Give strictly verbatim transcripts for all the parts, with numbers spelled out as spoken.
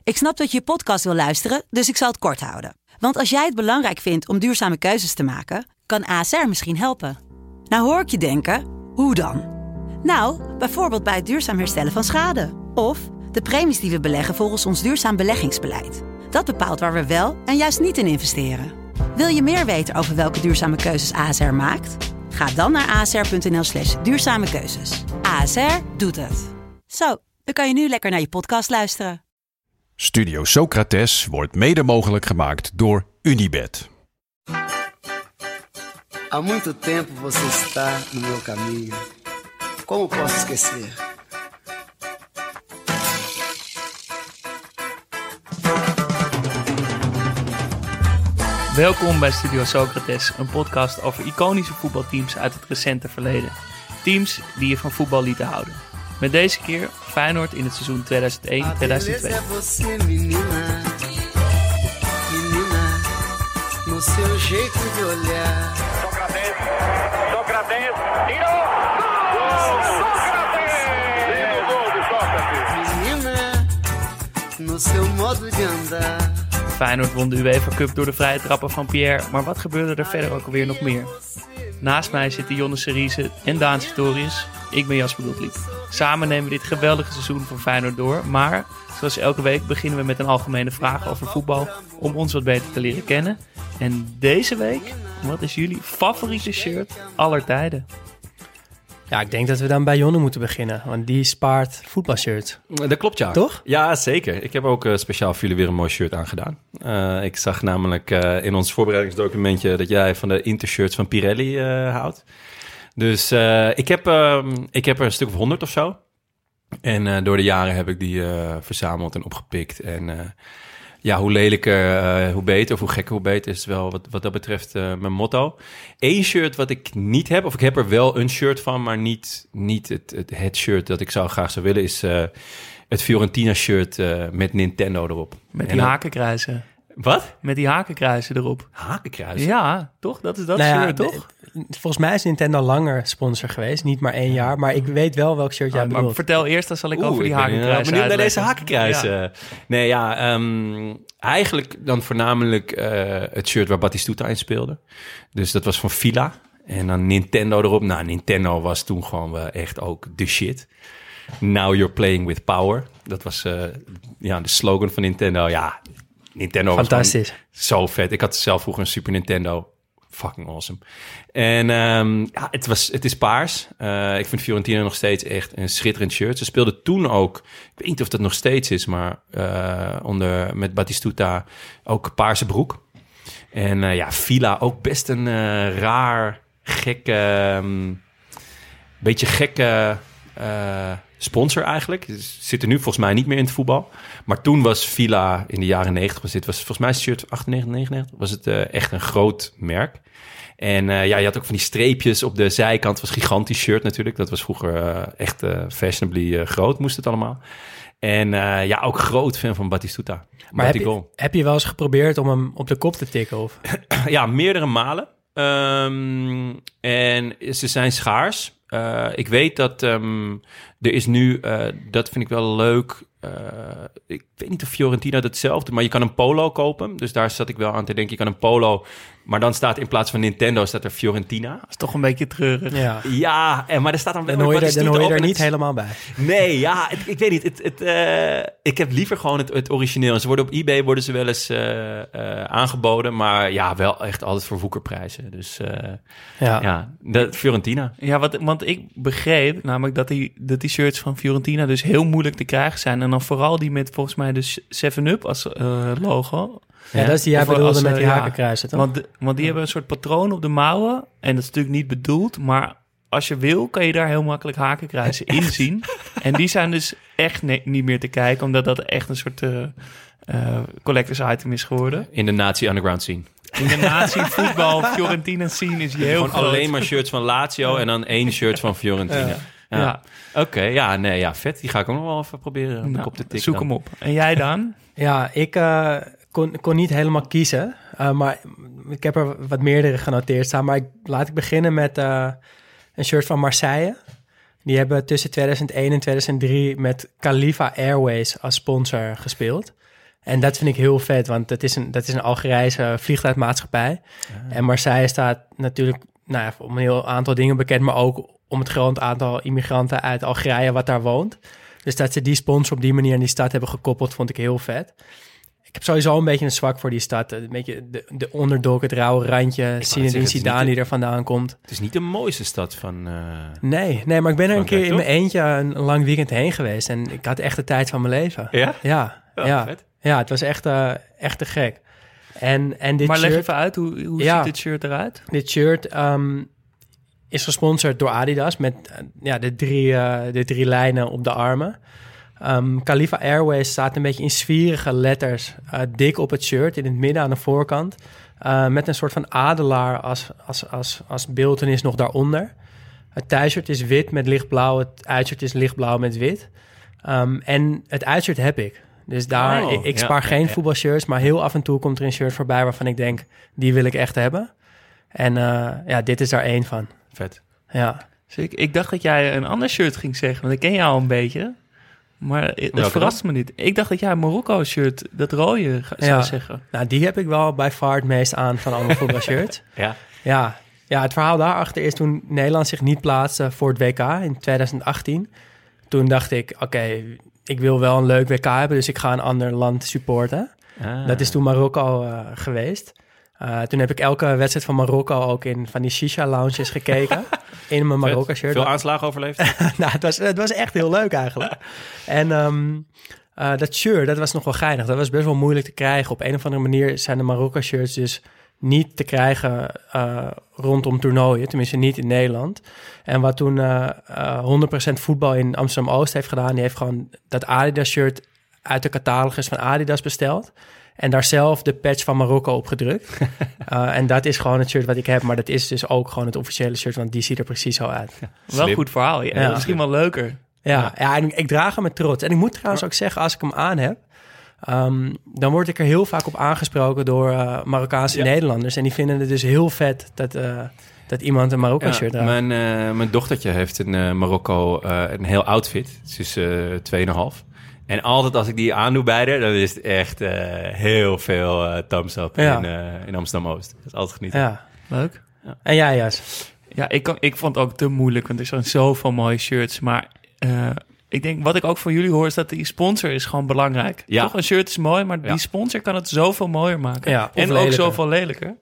Ik snap dat je je podcast wil luisteren, dus ik zal het kort houden. Want als jij het belangrijk vindt om duurzame keuzes te maken, kan A S R misschien helpen. Nou hoor ik je denken, hoe dan? Nou, bijvoorbeeld bij het duurzaam herstellen van schade. Of de premies die we beleggen volgens ons duurzaam beleggingsbeleid. Dat bepaalt waar we wel en juist niet in investeren. Wil je meer weten over welke duurzame keuzes A S R maakt? Ga dan naar asr.nl slash duurzame keuzes. A S R doet het. Zo, dan kan je nu lekker naar je podcast luisteren. Studio Socrates wordt mede mogelijk gemaakt door Unibet. Há muito tempo você está no meu caminho. Como posso esquecer? Welkom bij Studio Socrates, een podcast over iconische voetbalteams uit het recente verleden. Teams die je van voetbal lieten houden. Met deze keer Feyenoord in het seizoen tweeduizend één tweeduizend twee. No seu jeito de olhar. Socrates, Socrates, tirou! Gol! Socrates! Lindo gol de Socrates. Menina, no seu modo de andar. Feyenoord won de UEFA Cup door de vrije trappen van Pierre, maar wat gebeurde er verder ook alweer nog meer? Naast mij zitten Jonne Seriese en Daan Sartorius. Ik ben Jasper Gottlieb. Samen nemen we dit geweldige seizoen van Feyenoord door, maar zoals elke week beginnen we met een algemene vraag over voetbal om ons wat beter te leren kennen. En deze week, wat is jullie favoriete shirt aller tijden? Ja, ik denk dat we dan bij Jonne moeten beginnen, want die spaart voetbalshirts. Dat klopt, ja. Toch? Ja, zeker. Ik heb ook uh, speciaal voor jullie weer een mooi shirt aangedaan. Uh, ik zag namelijk uh, in ons voorbereidingsdocumentje dat jij van de Intershirts van Pirelli uh, houdt. Dus uh, ik, heb, uh, ik heb er een stuk of honderd of zo. En uh, door de jaren heb ik die uh, verzameld en opgepikt. En uh, ja, hoe lelijker, uh, hoe beter. Of hoe gekker, hoe beter is wel wat, wat dat betreft uh, mijn motto. Eén shirt wat ik niet heb, of ik heb er wel een shirt van, maar niet, niet het, het, het shirt dat ik zou graag zou willen, is uh, het Fiorentina shirt uh, met Nintendo erop. Met die en, hakenkruisen. Wat? Met die hakenkruisen erop. Hakenkruisen? Ja, toch? Dat is dat Nou ja, shirt, toch? de- Volgens mij is Nintendo langer sponsor geweest, niet maar één jaar. Maar ik weet wel welk shirt jij Ah, maar bedoelt. vertel eerst, dan zal ik Oeh, over die ik ben, uh, hakenkruisen benieuwd naar deze uitleggen. hakenkruisen. Ja. Nee, ja, um, eigenlijk dan voornamelijk uh, het shirt waar Batistuta in speelde. Dus dat was van Fila. En dan Nintendo erop. Nou, Nintendo was toen gewoon wel echt ook de shit. Now you're playing with power. Dat was uh, ja, de slogan van Nintendo. Ja, Nintendo was Fantastisch. zo vet. Ik had zelf vroeger een Super Nintendo. Fucking awesome. En um, ja, het, was, het is paars. Uh, ik vind Fiorentina nog steeds echt een schitterend shirt. Ze speelden toen ook, ik weet niet of dat nog steeds is, maar uh, onder, met Batistuta ook paarse broek. En uh, ja, Fila ook best een uh, raar, gekke, um, beetje gekke uh, sponsor eigenlijk. Ze zitten nu volgens mij niet meer in het voetbal. Maar toen was Fila in de jaren negentig, was dit was volgens mij shirt achtennegentig, negenennegentig, was het uh, echt een groot merk. En uh, ja, je had ook van die streepjes op de zijkant. Het was een gigantisch shirt natuurlijk. Dat was vroeger uh, echt uh, fashionably uh, groot, moest het allemaal. En uh, ja, ook groot fan van Batistuta. Maar heb je, heb je wel eens geprobeerd om hem op de kop te tikken? Of? Ja, meerdere malen. Um, en ze zijn schaars. Uh, ik weet dat um, er is nu, uh, dat vind ik wel leuk. Uh, ik weet niet of Fiorentina datzelfde, maar je kan een polo kopen. Dus daar zat ik wel aan te denken. Je kan een polo, maar dan staat in plaats van Nintendo staat er Fiorentina. Dat is toch een beetje treurig. Ja. Ja, en, maar er staat dan wel. Dan hoor je, maar er, dan hoor je er niet het, helemaal bij. Nee, ja, het, ik weet niet. Het, het, uh, ik heb liever gewoon het, het origineel. En ze worden op eBay worden ze wel eens uh, uh, aangeboden, maar ja, wel echt altijd voor woekerprijzen. Dus uh, Ja. ja, de Fiorentina. Ja, wat, want ik begreep namelijk dat die, dat die shirts van Fiorentina dus heel moeilijk te krijgen zijn. En dan vooral die met volgens mij de seven up als uh, logo. Ja, dat is die jij Of bedoelde als, met uh, die ja. hakenkruisen, toch? Want, de, want die hebben een soort patroon op de mouwen. En dat is natuurlijk niet bedoeld, maar als je wil, kan je daar heel makkelijk hakenkruisen in zien. En die zijn dus echt ne- niet meer te kijken, omdat dat echt een soort uh, uh, collectors item is geworden. In de Nazi underground scene. In de nazi-voetbal, Fiorentina scene is die heel Gewoon groot. alleen maar shirts van Lazio en dan één shirt van Fiorentina. Ja. Ja. Ja. Oké, okay, ja, nee, ja, vet. Die ga ik ook nog wel even proberen op de Nou, kop te tikken. zoek dan. hem op. En jij dan? Ja, ik uh, kon, kon niet helemaal kiezen. Uh, maar ik heb er wat meerdere genoteerd staan. Maar ik, laat ik beginnen met uh, een shirt van Marseille. Die hebben tussen tweeduizend één en tweeduizend drie met Khalifa Airways als sponsor gespeeld. En dat vind ik heel vet, want dat is een, dat is een Algerijnse vliegtuigmaatschappij. Ah. En Marseille staat natuurlijk nou ja, om een heel aantal dingen bekend, maar ook om het groot aantal immigranten uit Algerije wat daar woont. Dus dat ze die sponsor op die manier aan die stad hebben gekoppeld, vond ik heel vet. Ik heb sowieso een beetje een zwak voor die stad. Een beetje de, de onderdog, het rauwe randje. Zinedine Zidane die er vandaan komt. Het is niet de mooiste stad van... Uh, nee, nee, maar ik ben er een keer in mijn eentje een lang weekend heen geweest. En ik had echt de tijd van mijn leven. Ja? Ja, oh, ja. Vet. Ja, het was echt, uh, echt te gek. En, en dit maar leg shirt, even uit, hoe, hoe ja, ziet dit shirt eruit? Dit shirt um, is gesponsord door Adidas met uh, ja, de, drie, uh, de drie lijnen op de armen. Um, Khalifa Airways staat een beetje in zwierige letters uh, dik op het shirt in het midden aan de voorkant. Uh, met een soort van adelaar als, als, als, als beeltenis nog daaronder. Het thuisshirt is wit met lichtblauw. Het uitshirt is lichtblauw met wit. Um, en het uitshirt heb ik. Dus daar, oh, ik, ik ja, spaar geen ja. voetbalshirts, maar heel af en toe komt er een shirt voorbij waarvan ik denk, die wil ik echt hebben. En uh, ja, dit is daar één van. Vet. Ja. Dus ik, ik dacht dat jij een ander shirt ging zeggen, want ik ken jou al een beetje. Maar het, het verrast me niet. Ik dacht dat jij een Marokko-shirt, dat rode, zou ja. zeggen. Nou, die heb ik wel bij far het meest aan van alle voetbalshirts. ja. Ja. Ja, het verhaal daarachter is toen Nederland zich niet plaatste voor het W K in tweeduizend achttien. Toen dacht ik, oké, okay, ik wil wel een leuk W K hebben, dus ik ga een ander land supporten. Ah. Dat is toen Marokko uh, geweest. Uh, toen heb ik elke wedstrijd van Marokko ook in van die shisha-lounges gekeken. In mijn Marokko-shirt. Veel aanslagen overleefd? nou, het was, het was echt heel leuk eigenlijk. En um, uh, dat shirt, dat was nog wel geinig. Dat was best wel moeilijk te krijgen. Op een of andere manier zijn de Marokko-shirts dus niet te krijgen uh, rondom toernooien. Tenminste niet in Nederland. En wat toen uh, uh, honderd procent voetbal in Amsterdam-Oost heeft gedaan, die heeft gewoon dat Adidas-shirt uit de catalogus van Adidas besteld. En daar zelf de patch van Marokko op gedrukt. uh, en dat is gewoon het shirt wat ik heb. Maar dat is dus ook gewoon het officiële shirt, want die ziet er precies zo uit. Ja, wel een goed verhaal. Ja. Ja. Misschien wel leuker. Ja, ja. ja en ik draag hem met trots. En ik moet trouwens ook zeggen, als ik hem aan heb, Um, dan word ik er heel vaak op aangesproken door uh, Marokkaanse ja. Nederlanders. En die vinden het dus heel vet dat, uh, dat iemand een Marokko-shirt ja, draagt. Mijn, uh, mijn dochtertje heeft in uh, Marokko uh, een heel outfit. Ze is uh, tweeënhalf. En altijd als ik die aandoe bij haar, dan is het echt uh, heel veel uh, thumbs up ja. in, uh, in Amsterdam-Oost. Dat is altijd genieten. Ja, leuk. Ja. En jij, Jas? Ja, ik, kan, ik vond het ook te moeilijk, want er zijn zoveel mooie shirts. Maar uh, ik denk, wat ik ook van jullie hoor, is dat die sponsor is gewoon belangrijk. Ja. Toch, een shirt is mooi, maar ja. die sponsor kan het zoveel mooier maken. Ja, en lelijker. ook zoveel lelijker.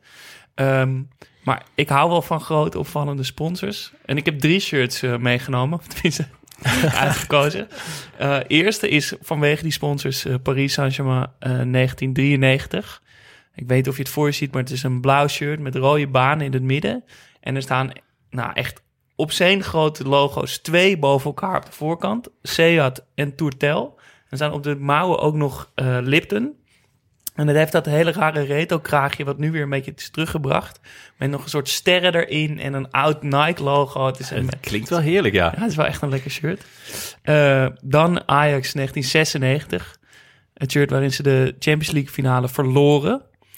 Um, maar ik hou wel van grote, opvallende sponsors. En ik heb drie shirts uh, meegenomen, of tenminste uitgekozen. Uh, eerste is vanwege die sponsors uh, Paris Saint-Germain uh, negentien drieënnegentig. Ik weet niet of je het voor je ziet, maar het is een blauw shirt met rode banen in het midden. En er staan nou echt obscene grote logo's, twee boven elkaar op de voorkant. Seat en Tourtel. Er staan op de mouwen ook nog uh, Lipton. En het heeft dat hele rare retro-kraagje, wat nu weer een beetje is teruggebracht. Met nog een soort sterren erin en een oud Nike-logo. Het, is een, het klinkt wel heerlijk, ja. Ja, het is wel echt een lekker shirt. Uh, dan Ajax negentien zesennegentig. Het shirt waarin ze de Champions League finale verloren.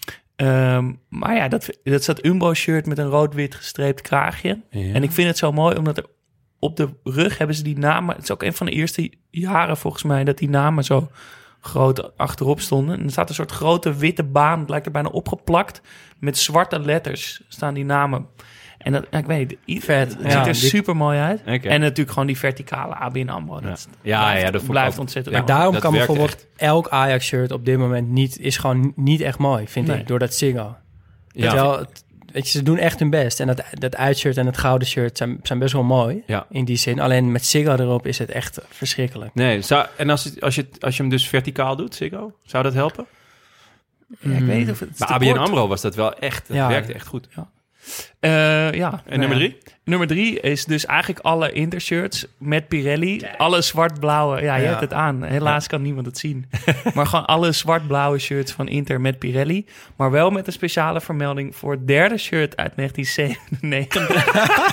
Um, maar ja, dat, dat is dat Umbro-shirt met een rood-wit gestreept kraagje. Ja. En ik vind het zo mooi, omdat er op de rug hebben ze die namen. Het is ook een van de eerste jaren volgens mij dat die namen zo groot achterop stonden. En er staat een soort grote witte baan, het lijkt er bijna opgeplakt. Met zwarte letters staan die namen. En dat, ja, ik weet niet, vet. Het ja, ziet er die... super mooi uit. Okay. En natuurlijk gewoon die verticale A B N AMRO. Ja, dat ja, blijft, ja, dat blijft ook, ontzettend ja, mooi. Daarom dat kan bijvoorbeeld echt. elk Ajax-shirt op dit moment niet, is gewoon niet echt mooi, vind nee. ik, door dat Ziggo. Ja. Terwijl, weet je, ze doen echt hun best. En dat, dat uitshirt en het gouden shirt zijn, zijn best wel mooi, ja. in die zin. Alleen met Ziggo erop is het echt verschrikkelijk. Nee, zou, en als, het, als, je, als je hem dus verticaal doet, Ziggo, zou dat helpen? Ja, ik weet niet of het Bij A B N AMRO was dat wel echt, dat ja, werkte echt goed. Ja. Uh, ja. En nummer drie? Ja. Nummer drie is dus eigenlijk alle Intershirts met Pirelli. Kijk. Alle zwart-blauwe. Ja, je ja. hebt het aan. Helaas ja. kan niemand het zien. Maar gewoon alle zwart-blauwe shirts van Inter met Pirelli. Maar wel met een speciale vermelding voor het derde shirt uit negentien zevenennegentig.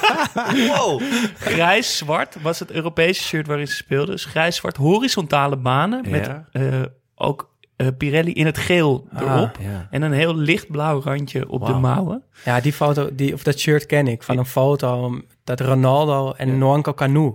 Wow! Grijs-zwart was het Europese shirt waarin ze speelden. Dus grijs-zwart horizontale banen. Met ja. uh, ook Uh, Pirelli in het geel erop. Ah, ja. En een heel lichtblauw randje op wow. de mouwen. Ja, die foto, die, of dat shirt ken ik. Van ja. een foto dat Ronaldo en ja. Nwankwo Kanu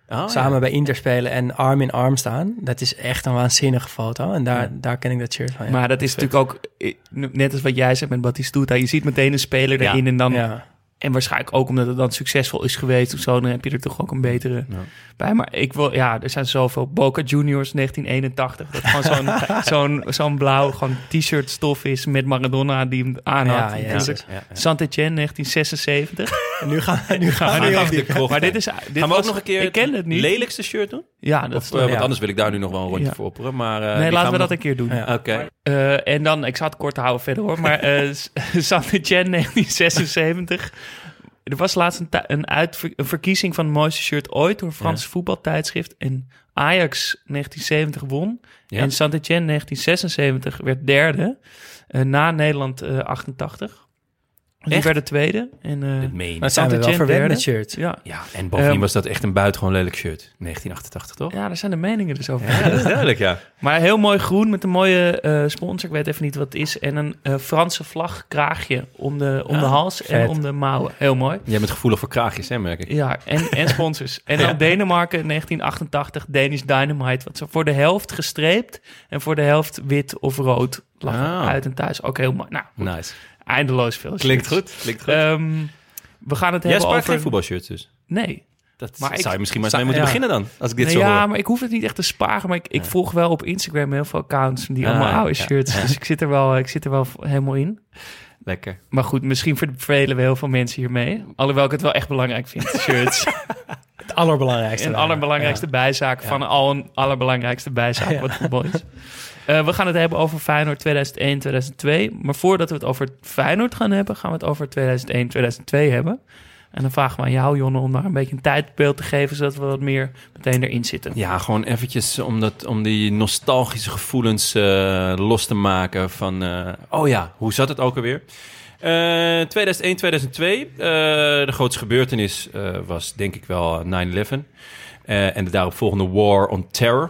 Oh, samen ja. bij Inter spelen en arm in arm staan. Dat is echt een waanzinnige foto. En daar, ja. daar ken ik dat shirt van. Ja. Maar dat is natuurlijk ook, net als wat jij zegt met Batistuta. Je ziet meteen een speler Ja. erin en dan... Ja. En waarschijnlijk ook omdat het dan succesvol is geweest of zo, dan heb je er toch ook een betere Ja. bij. Maar ik wil, ja, er zijn zoveel. Boca Juniors negentien eenentachtig. Dat gewoon zo'n, zo'n, zo'n blauw gewoon t-shirt stof is met Maradona die hem aan had. Ja, ja, Dus ja. Ja, ja. Saint-Étienne negentien zevenenzeventig. En nu gaan, nu gaan Maar we nu weer gaat op die de krocht Maar in. dit is, dit Gaan we was, ook nog een keer ik ken het niet. lelijkste shirt doen? Ja, dat Of, is uh, ja. Want anders wil ik daar nu nog wel een rondje Ja. voor opperen. Maar, uh, Nee, die laten gaan we dat nog- een keer doen. Ja. Oké. Uh, en dan, ik zal het kort houden verder hoor, maar uh, Saint-Étienne negentien zesenzeventig. Er was laatst een, een, uitver- een verkiezing van het mooiste shirt ooit door een Frans Ja. voetbaltijdschrift. En Ajax negentien zeventig won. Ja. En Saint-Étienne negentien zesenzeventig werd derde. Uh, na Nederland uh, achtentachtig. Die Echt? werden tweede. En, uh, Dat meen je. Maar zijn we wel Saint-Étienne verwend derde. met shirts. Ja. Ja, en bovendien Um, was dat echt een buitengewoon lelijk shirt. negentien achtentachtig, toch? ja, daar zijn de meningen dus over. Ja, dat is duidelijk, ja. Maar heel mooi groen met een mooie uh, sponsor. Ik weet even niet wat het is. En een uh, Franse vlag kraagje om de, om Ah, de hals en vet. om de mouwen. Heel mooi. Jij bent gevoelig voor kraagjes, hè, merk ik. Ja, en, en sponsors. En dan Denemarken negentien achtentachtig, Danish Dynamite. Wat zo voor de helft gestreept en voor de helft wit of rood lag Ah. uit en thuis. Ook heel mooi. Nou, goed. Nice. Eindeloos veel. Klinkt shirts. goed. Klinkt goed. Ehm, we gaan het Jij hebben spaart over... geen voetbalshirts dus? Nee. Dat Maar zou ik- je misschien maar eens zou- mee moeten ja. beginnen dan, als ik dit Nee, zo ja, hoor. maar ik hoef het niet echt te sparen. Maar ik, ik volg wel op Instagram heel veel accounts die Ah, allemaal oude ja. shirts. Dus ik zit er wel, ik zit er wel helemaal in. Lekker. Maar goed, misschien vervelen we heel veel mensen hiermee. Alhoewel ik het wel echt belangrijk vind, shirts. Het allerbelangrijkste. Een allerbelangrijkste bijzaak van al een allerbelangrijkste bijzaak Ja. wat voetbal is. Uh, we gaan het hebben over Feyenoord tweeduizend één tweeduizend twee. Maar voordat we het over Feyenoord gaan hebben, gaan we het over tweeduizend één tweeduizend twee hebben. En dan vragen we aan jou, Jonne, om daar een beetje een tijdbeeld te geven, zodat we wat meer meteen erin zitten. Ja, gewoon eventjes om, dat, om die nostalgische gevoelens uh, los te maken van... Uh, oh ja, hoe zat het ook alweer? Uh, tweeduizend één tweeduizend twee, uh, de grootste gebeurtenis uh, was denk ik wel nine eleven. Uh, en de daaropvolgende War on Terror.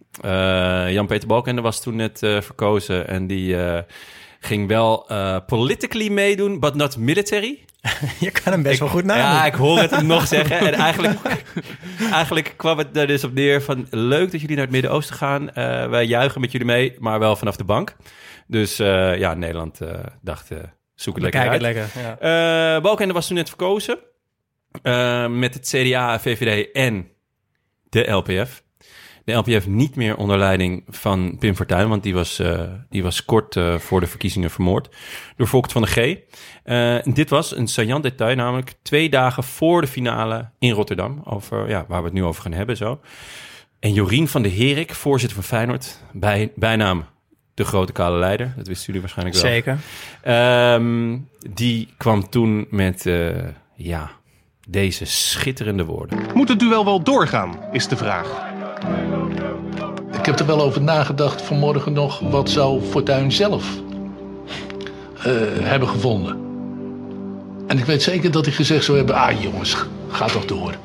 Uh, Jan-Peter Balkenende was toen net uh, verkozen en die uh, ging wel uh, politically meedoen, but not military. Je kan hem best Ik- wel goed nadoen. Ja, ik hoor het hem nog zeggen. En eigenlijk, eigenlijk kwam het er dus op neer van... leuk dat jullie naar het Midden-Oosten gaan. Uh, wij juichen met jullie mee, maar wel vanaf de bank. Dus uh, ja, Nederland uh, dacht, uh, zoek het lekker Kijk uit. het lekker. Ja. Uh, Balkenende was toen net verkozen. Uh, met het C D A, V V D en de L P F. De L P F niet meer onder leiding van Pim Fortuyn... want die was, uh, die was kort uh, voor de verkiezingen vermoord... door Volkert van de G. Uh, dit was een saillant detail, namelijk twee dagen voor de finale in Rotterdam... over ja, waar we het nu over gaan hebben. Zo. En Jorien van der Herik, voorzitter van Feyenoord... Bij, bijnaam de grote kale leider, dat wisten jullie waarschijnlijk wel. Zeker. Um, die kwam toen met uh, ja, deze schitterende woorden. Moet het duel wel doorgaan, is de vraag. Ik heb er wel over nagedacht vanmorgen nog. Wat zou Fortuyn zelf uh, hebben gevonden? En ik weet zeker dat hij gezegd zou hebben... ah jongens, ga toch door.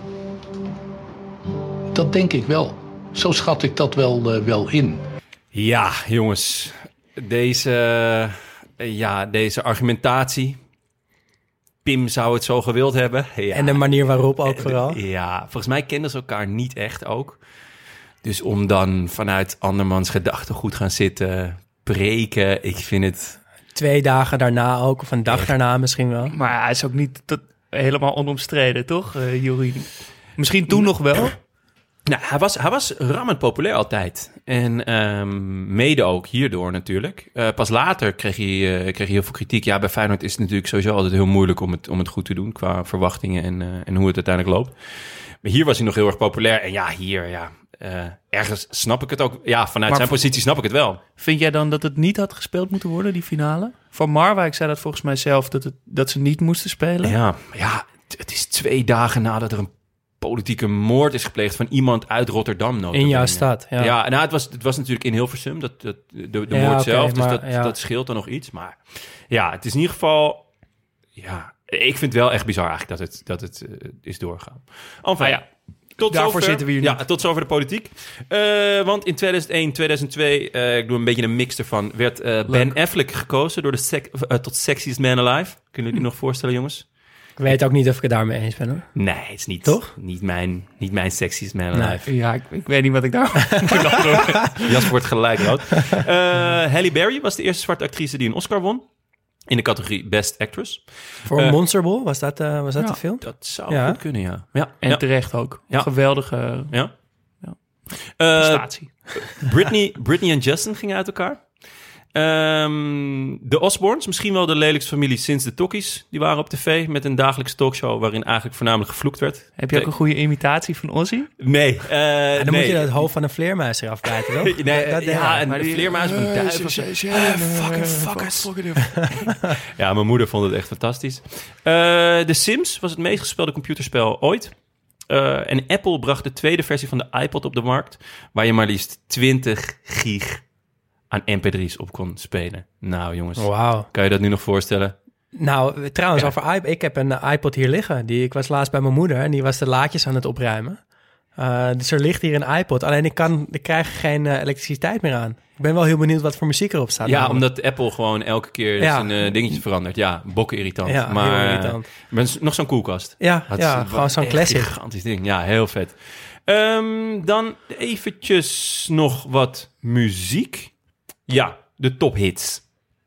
Dat denk ik wel. Zo schat ik dat wel, uh, wel in. Ja, jongens. Deze, uh, ja, deze argumentatie... Pim zou het zo gewild hebben. Ja. En de manier waarop ook vooral. Ja, volgens mij kenden ze elkaar niet echt ook. Dus om dan vanuit andermans gedachtegoed gaan zitten, preken, ik vind het... Twee dagen daarna ook, of een dag Echt? daarna misschien wel. Maar hij is ook niet tot, helemaal onomstreden, toch, uh, Jorien? Misschien toen nog wel. Nou, hij was, hij was rammend populair altijd. En um, mede ook hierdoor natuurlijk. Uh, pas later kreeg hij, uh, kreeg hij heel veel kritiek. Ja, bij Feyenoord is het natuurlijk sowieso altijd heel moeilijk om het, om het goed te doen... qua verwachtingen en, uh, en hoe het uiteindelijk loopt. Maar hier was hij nog heel erg populair. En ja, hier, ja... Uh, ergens snap ik het ook. Ja, vanuit Maar zijn v- positie snap ik het wel. Vind jij dan dat het niet had gespeeld moeten worden, die finale? Van Marwijk zei dat volgens mij zelf, dat, het, dat ze niet moesten spelen. Ja, ja, het, het is twee dagen nadat er een politieke moord is gepleegd... van iemand uit Rotterdam. nota In jouw bene. stad, ja. Ja, nou, het was, het was natuurlijk in Hilversum, dat, dat, de, de Ja, moord oké, zelf. Dus maar, dat, ja. dat scheelt dan nog iets. Maar ja, het is in ieder geval... Ja, ik vind het wel echt bizar eigenlijk dat het, dat het uh, is doorgegaan. Enfin, Nou ja, tot daarvoor zover, zitten we hier ja, niet. tot zover de politiek. Uh, want in tweeduizend één, tweeduizend twee, uh, ik doe een beetje een mix ervan... werd uh, Ben Affleck gekozen door de sec- uh, tot Sexiest Man Alive. Kunnen jullie nog voorstellen, jongens? Ik weet ook niet of ik het daarmee eens ben, hoor. Nee, het is niet, Toch? niet mijn, niet mijn sexiest man Nee. alive. Ja, ik, ik weet niet wat ik daar moet antwoorden. Jas wordt gelijk rood. Uh, Halle Berry was de eerste zwarte actrice die een Oscar won. In de categorie Best Actress. Voor Uh, Monster Ball, was dat, uh, was dat ja, de film? Dat zou Ja. goed kunnen, ja. ja. En ja. terecht ook. Ja. Geweldige ja. Ja. Uh, prestatie. Britney, Britney en Justin gingen uit elkaar. Um, de Osbournes, misschien wel de lelijkste familie sinds de Tokkies. Die waren op tv met een dagelijkse talkshow waarin eigenlijk voornamelijk gevloekt werd. Heb je ook een goede imitatie van Ozzy? Nee. Uh, Ja, dan nee. moet je het hoofd van een vleermuis eraf bijten, toch? Nee, Dat- dat- ja, en maar de die- vleermuis van duivel. Fucking fuckers. Ja, mijn moeder vond het echt fantastisch. Uh, The Sims was het meest gespeelde computerspel ooit. Uh, en Apple bracht de tweede versie van de iPod op de markt, waar je maar liefst twintig gig aan M P drie's op kon spelen. Nou jongens, Wauw. kan je dat nu nog voorstellen? Nou, trouwens, Ja. over iP- ik heb een iPod hier liggen. Die, ik was laatst bij mijn moeder en die was de laadjes aan het opruimen. Uh, dus er ligt hier een iPod. Alleen ik, kan, ik krijg geen uh, elektriciteit meer aan. Ik ben wel heel benieuwd wat voor muziek erop staat. Ja, namelijk. omdat Apple gewoon elke keer Ja. zijn uh, dingetje verandert. Ja, bokken irritant. Ja, maar heel irritant. maar nog zo'n koelkast. Ja, Dat ja is gewoon zo'n echt classic. een gigantisch ding. Ja, heel vet. Um, dan eventjes nog wat muziek. Ja, de tophits.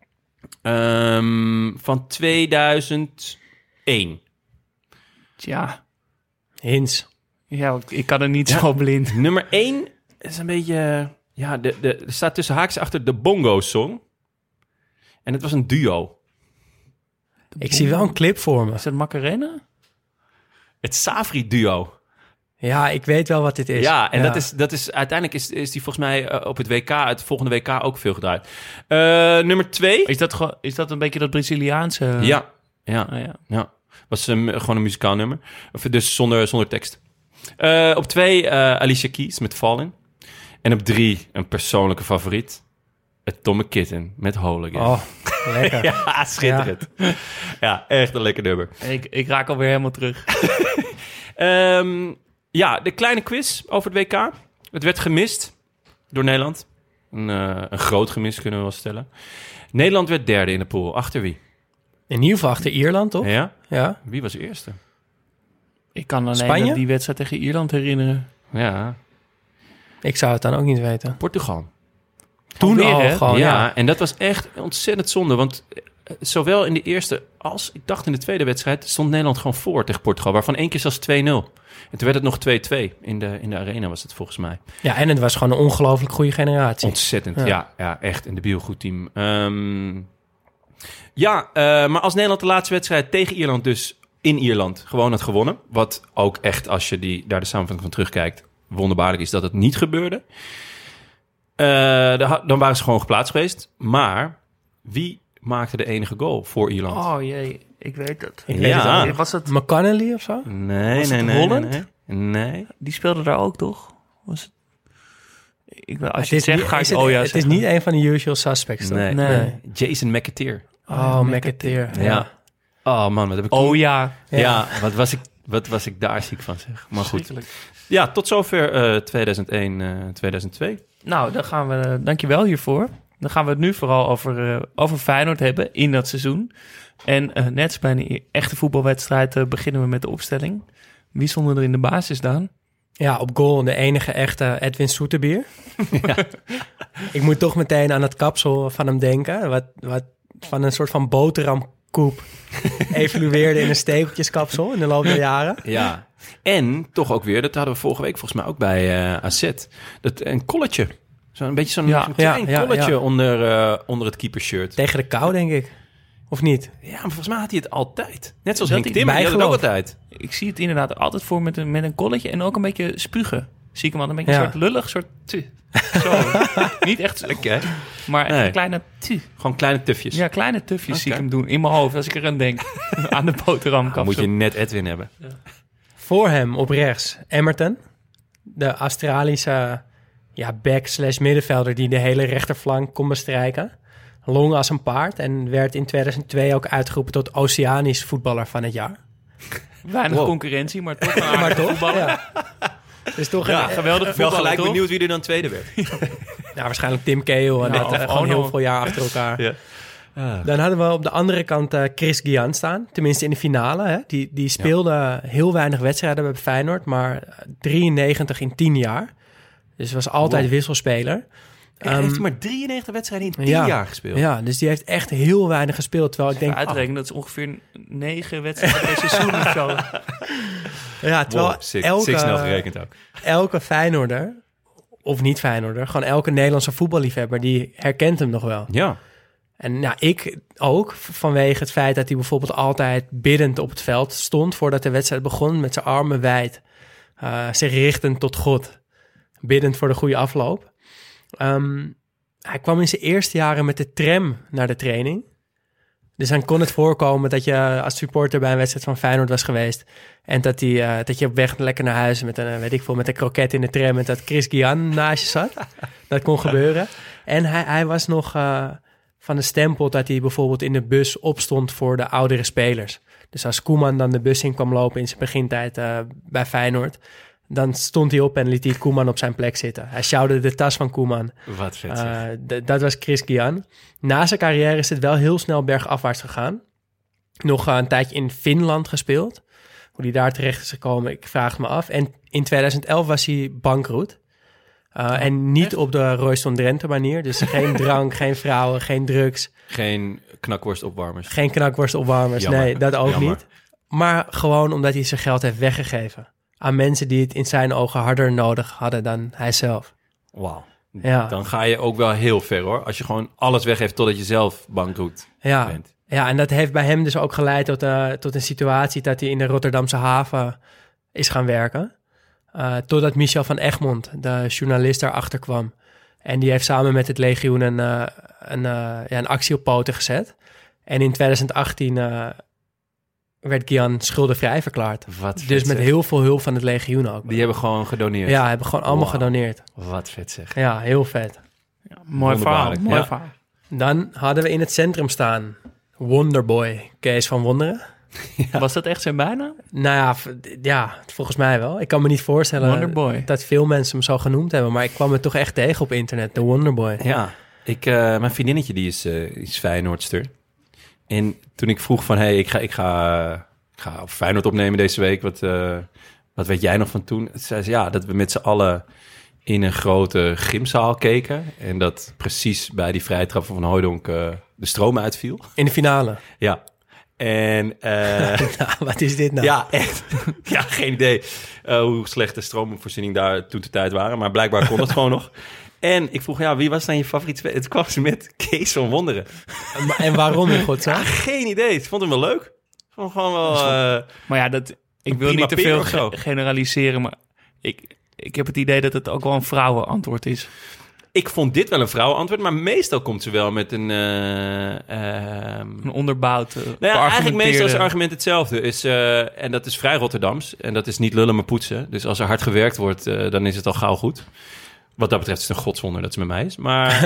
Um, van tweeduizend één. Tja, Hins. ja, ik kan er niet Ja. zo blind. Nummer één is een beetje... Ja, de, de, er staat tussen haakjes achter de Bongo Song. En het was een duo. Ik zie wel een clip voor me. Is dat Macarena? Het Savri duo. Ja, ik weet wel wat dit is. Ja, en Dat, is, dat is uiteindelijk is, is die volgens mij uh, op het W K, het volgende W K ook veel gedraaid. Uh, nummer twee. Is dat, gewoon- is dat een beetje dat Braziliaanse? Ja, ja, Ah, ja. ja. Was um, gewoon een muzikaal nummer. Of, dus zonder, zonder tekst. Uh, op twee uh, Alicia Keys met Fallin. En op drie een persoonlijke favoriet. Atomic Kitten met Hooligan. Oh, lekker. Ja, schitterend. Ja. ja, echt een lekker nummer. Ik, ik raak alweer helemaal terug. Um, ja, de kleine quiz over het W K. Het werd gemist door Nederland. Een, uh, een groot gemis kunnen we wel stellen. Nederland werd derde in de pool. Achter wie? In ieder geval achter Ierland, toch? Ja? Ja. Wie was eerste? Ik kan alleen Spanje? dat die wedstrijd tegen Ierland herinneren. Ja, Ik zou het dan ook niet weten. Portugal. Toen Alweer, al hè? gewoon, ja, ja. en dat was echt ontzettend zonde. Want eh, zowel in de eerste als, ik dacht in de tweede wedstrijd, stond Nederland gewoon voor tegen Portugal. Waarvan één keer zelfs twee nul. En toen werd het nog twee twee. In de, in de arena was het volgens mij. Ja, en het was gewoon een ongelooflijk goede generatie. Ontzettend, Ja. ja, ja, echt een debiel goed team. Um, ja, uh, maar als Nederland de laatste wedstrijd tegen Ierland dus in Ierland gewoon had gewonnen, wat ook echt, als je die, daar de samenvatting van terugkijkt, wonderbaarlijk is dat het niet gebeurde, uh, dan waren ze gewoon geplaatst geweest. Maar wie maakte de enige goal voor Ierland? Oh jee, ik weet het. Ik Ja. weet het ook niet. Was het, McConnelly of zo? Nee, Was nee, het nee, Holland? nee, nee. Nee. die speelde daar ook, toch? Was het... Ik, wil- als Het je het is, zegt, niet, ga is ik het, oh ja het is zeggen. niet een van de usual suspects, toch? Nee. Nee. Jason McAteer. Oh, McAteer. Ja. Ja. Oh man, wat heb ik... Oh ja. Ja, Ja. wat, was ik, wat was ik daar ziek van, zeg. Maar goed. Verschrikkelijk. Ja, tot zover uh, tweeduizend één, uh, tweeduizend twee. Nou, dan gaan we, dankjewel hiervoor. Dan gaan we het nu vooral over, uh, over Feyenoord hebben in dat seizoen. En uh, net als bij een echte voetbalwedstrijd uh, beginnen we met de opstelling. Wie stonden er in de basis, Daan? Ja, op goal de enige echte Edwin Soeterbier. Ja. Ik moet toch meteen aan het kapsel van hem denken. Wat, wat van een soort van boterhamkoep evolueerde in een stekeltjeskapsel in de loop der jaren. Ja. En toch ook weer, dat hadden we vorige week volgens mij ook bij uh, A Z. Dat, een kolletje. Zo'n beetje zo'n Ja, zo'n klein ja, ja, kolletje ja. Onder, uh, onder het keepershirt. Tegen de kou, denk ik. Of niet? Ja, maar volgens mij had hij het altijd. Net zoals Dat Henk hij Timmer, die had het ook bijgeloof. altijd. Ik zie het inderdaad altijd voor met een, met een kolletje en ook een beetje spugen. Zie ik hem al een beetje Ja. een soort lullig, soort tu. Zo. Niet echt, Lekker, hè? maar echt Nee. een kleine tu. Gewoon kleine tufjes. Ja, kleine tufjes zie ik Oké. hem doen in mijn hoofd als ik eraan denk. Aan de boterhamkapsel. Dan moet je net Edwin hebben. Voor hem op rechts Emerton. De Australische ja, back slash middenvelder die de hele rechterflank kon bestrijken. Long als een paard en werd in tweeduizend twee ook uitgeroepen tot Oceanisch voetballer van het jaar. Weinig Wow. concurrentie, maar toch een Maar aardige toch? voetballer. Ja. Dus toch Ja, een, geweldige Wel voetballer, gelijk toch? benieuwd wie er dan tweede werd. ja, waarschijnlijk Tim Cahill en Ja, dat of eh, gewoon Ono. heel veel jaar achter elkaar. Ja. Ah. Dan hadden we op de andere kant uh, Chris Guillan staan. Tenminste in de finale. Hè. Die, die speelde ja. heel weinig wedstrijden bij Feyenoord. Maar drieënnegentig in tien jaar. Dus was altijd wow. wisselspeler. Hij um, heeft maar drieënnegentig wedstrijden in tien ja, jaar gespeeld. Ja, dus die heeft echt heel weinig gespeeld. Terwijl ik denk, uitrekenen, oh. dat is ongeveer negen wedstrijden per seizoen of zo. Ja, terwijl wow, sick, elke, sick snel gerekend ook. elke Feyenoorder, of niet Feyenoorder, gewoon elke Nederlandse voetballiefhebber, die herkent hem nog wel. Ja. En nou, ik ook, vanwege het feit dat hij bijvoorbeeld altijd biddend op het veld stond voordat de wedstrijd begon, met zijn armen wijd, uh, zich richtend tot God, biddend voor de goede afloop. Um, hij kwam in zijn eerste jaren met de tram naar de training. Dus dan kon het voorkomen dat je als supporter bij een wedstrijd van Feyenoord was geweest en dat, die, uh, dat je op weg lekker naar huis met een, weet ik veel, met een kroket in de tram en dat Chris Guillan naast je zat. Dat kon gebeuren. En hij, hij was nog uh, van de stempel dat hij bijvoorbeeld in de bus opstond voor de oudere spelers. Dus als Koeman dan de bus in kwam lopen in zijn begintijd uh, bij Feyenoord, dan stond hij op en liet hij Koeman op zijn plek zitten. Hij sjouwde de tas van Koeman. Wat vet. Uh, d- dat was Chris Guillan. Na zijn carrière is het wel heel snel bergafwaarts gegaan. Nog uh, een tijdje in Finland gespeeld. Hoe hij daar terecht is gekomen, ik vraag me af. En in tweeduizend elf was hij bankroet. Uh, oh, en niet echt? Op de Royston Drenthe manier. Dus geen drank, geen vrouwen, geen drugs. Geen knakworstopwarmers. Geen knakworstopwarmers, Jammer. Nee, dat ook Jammer. Niet. Maar gewoon omdat hij zijn geld heeft weggegeven aan mensen die het in zijn ogen harder nodig hadden dan hij zelf. Wauw. Ja. Dan ga je ook wel heel ver, hoor. Als je gewoon alles weggeeft totdat je zelf bankroet ja. bent. Ja, en dat heeft bij hem dus ook geleid tot, uh, tot een situatie dat hij in de Rotterdamse haven is gaan werken. Uh, totdat Michel van Egmond, de journalist, daarachter kwam. En die heeft samen met het legioen een, uh, een, uh, ja, een actie op poten gezet. En in tweeduizend achttien uh, werd Guillan schuldenvrij verklaard. Wat vet, dus met zeg. heel veel hulp van het legioen ook. Die hebben gewoon gedoneerd? Ja, hebben gewoon allemaal wow. gedoneerd. Wat vet zeg. Ja, heel vet. Ja, mooi verhaal. Mooi ja. verhaal. Dan hadden we in het centrum staan Wonderboy, Kees van Wonderen. Ja. Was dat echt zijn bijnaam? Nou ja, v- ja, volgens mij wel. Ik kan me niet voorstellen Wonderboy. dat veel mensen hem zo genoemd hebben. Maar ik kwam het toch echt tegen op internet, de Wonderboy. Ja, ik, uh, mijn vriendinnetje die is, uh, is Feyenoordster. En toen ik vroeg van, hey, ik ga, ik ga, ik ga op Feyenoord opnemen deze week. Wat, uh, wat weet jij nog van toen? Toen zei ze, ja, dat we met z'n allen in een grote gymzaal keken. En dat precies bij die vrije trap van Van Hooijdonk uh, de stroom uitviel. In de finale? Ja. En, uh, nou, wat is dit nou? Ja, echt. Ja, geen idee uh, hoe slecht de stroomvoorziening daar toen de tijd waren. Maar blijkbaar kon het gewoon nog. En ik vroeg, ja, wie was dan je favoriet speler? Het kwam ze met Kees van Wonderen. En waarom in godsnaam? Ja, geen idee. Ik vond hem wel leuk. Ik vond hem gewoon wel... Uh, maar ja, dat, ik wil niet te veel ge- generaliseren, maar ik, ik heb het idee dat het ook wel een vrouwenantwoord is. Ik vond dit wel een vrouwenantwoord, maar meestal komt ze wel met een... Uh, uh, een onderbouwd, uh, nou ja, eigenlijk meestal is het argument hetzelfde. Is, uh, en dat is vrij Rotterdams. En dat is niet lullen maar poetsen. Dus als er hard gewerkt wordt, uh, dan is het al gauw goed. Wat dat betreft is het een godswonder dat ze met mij is. Maar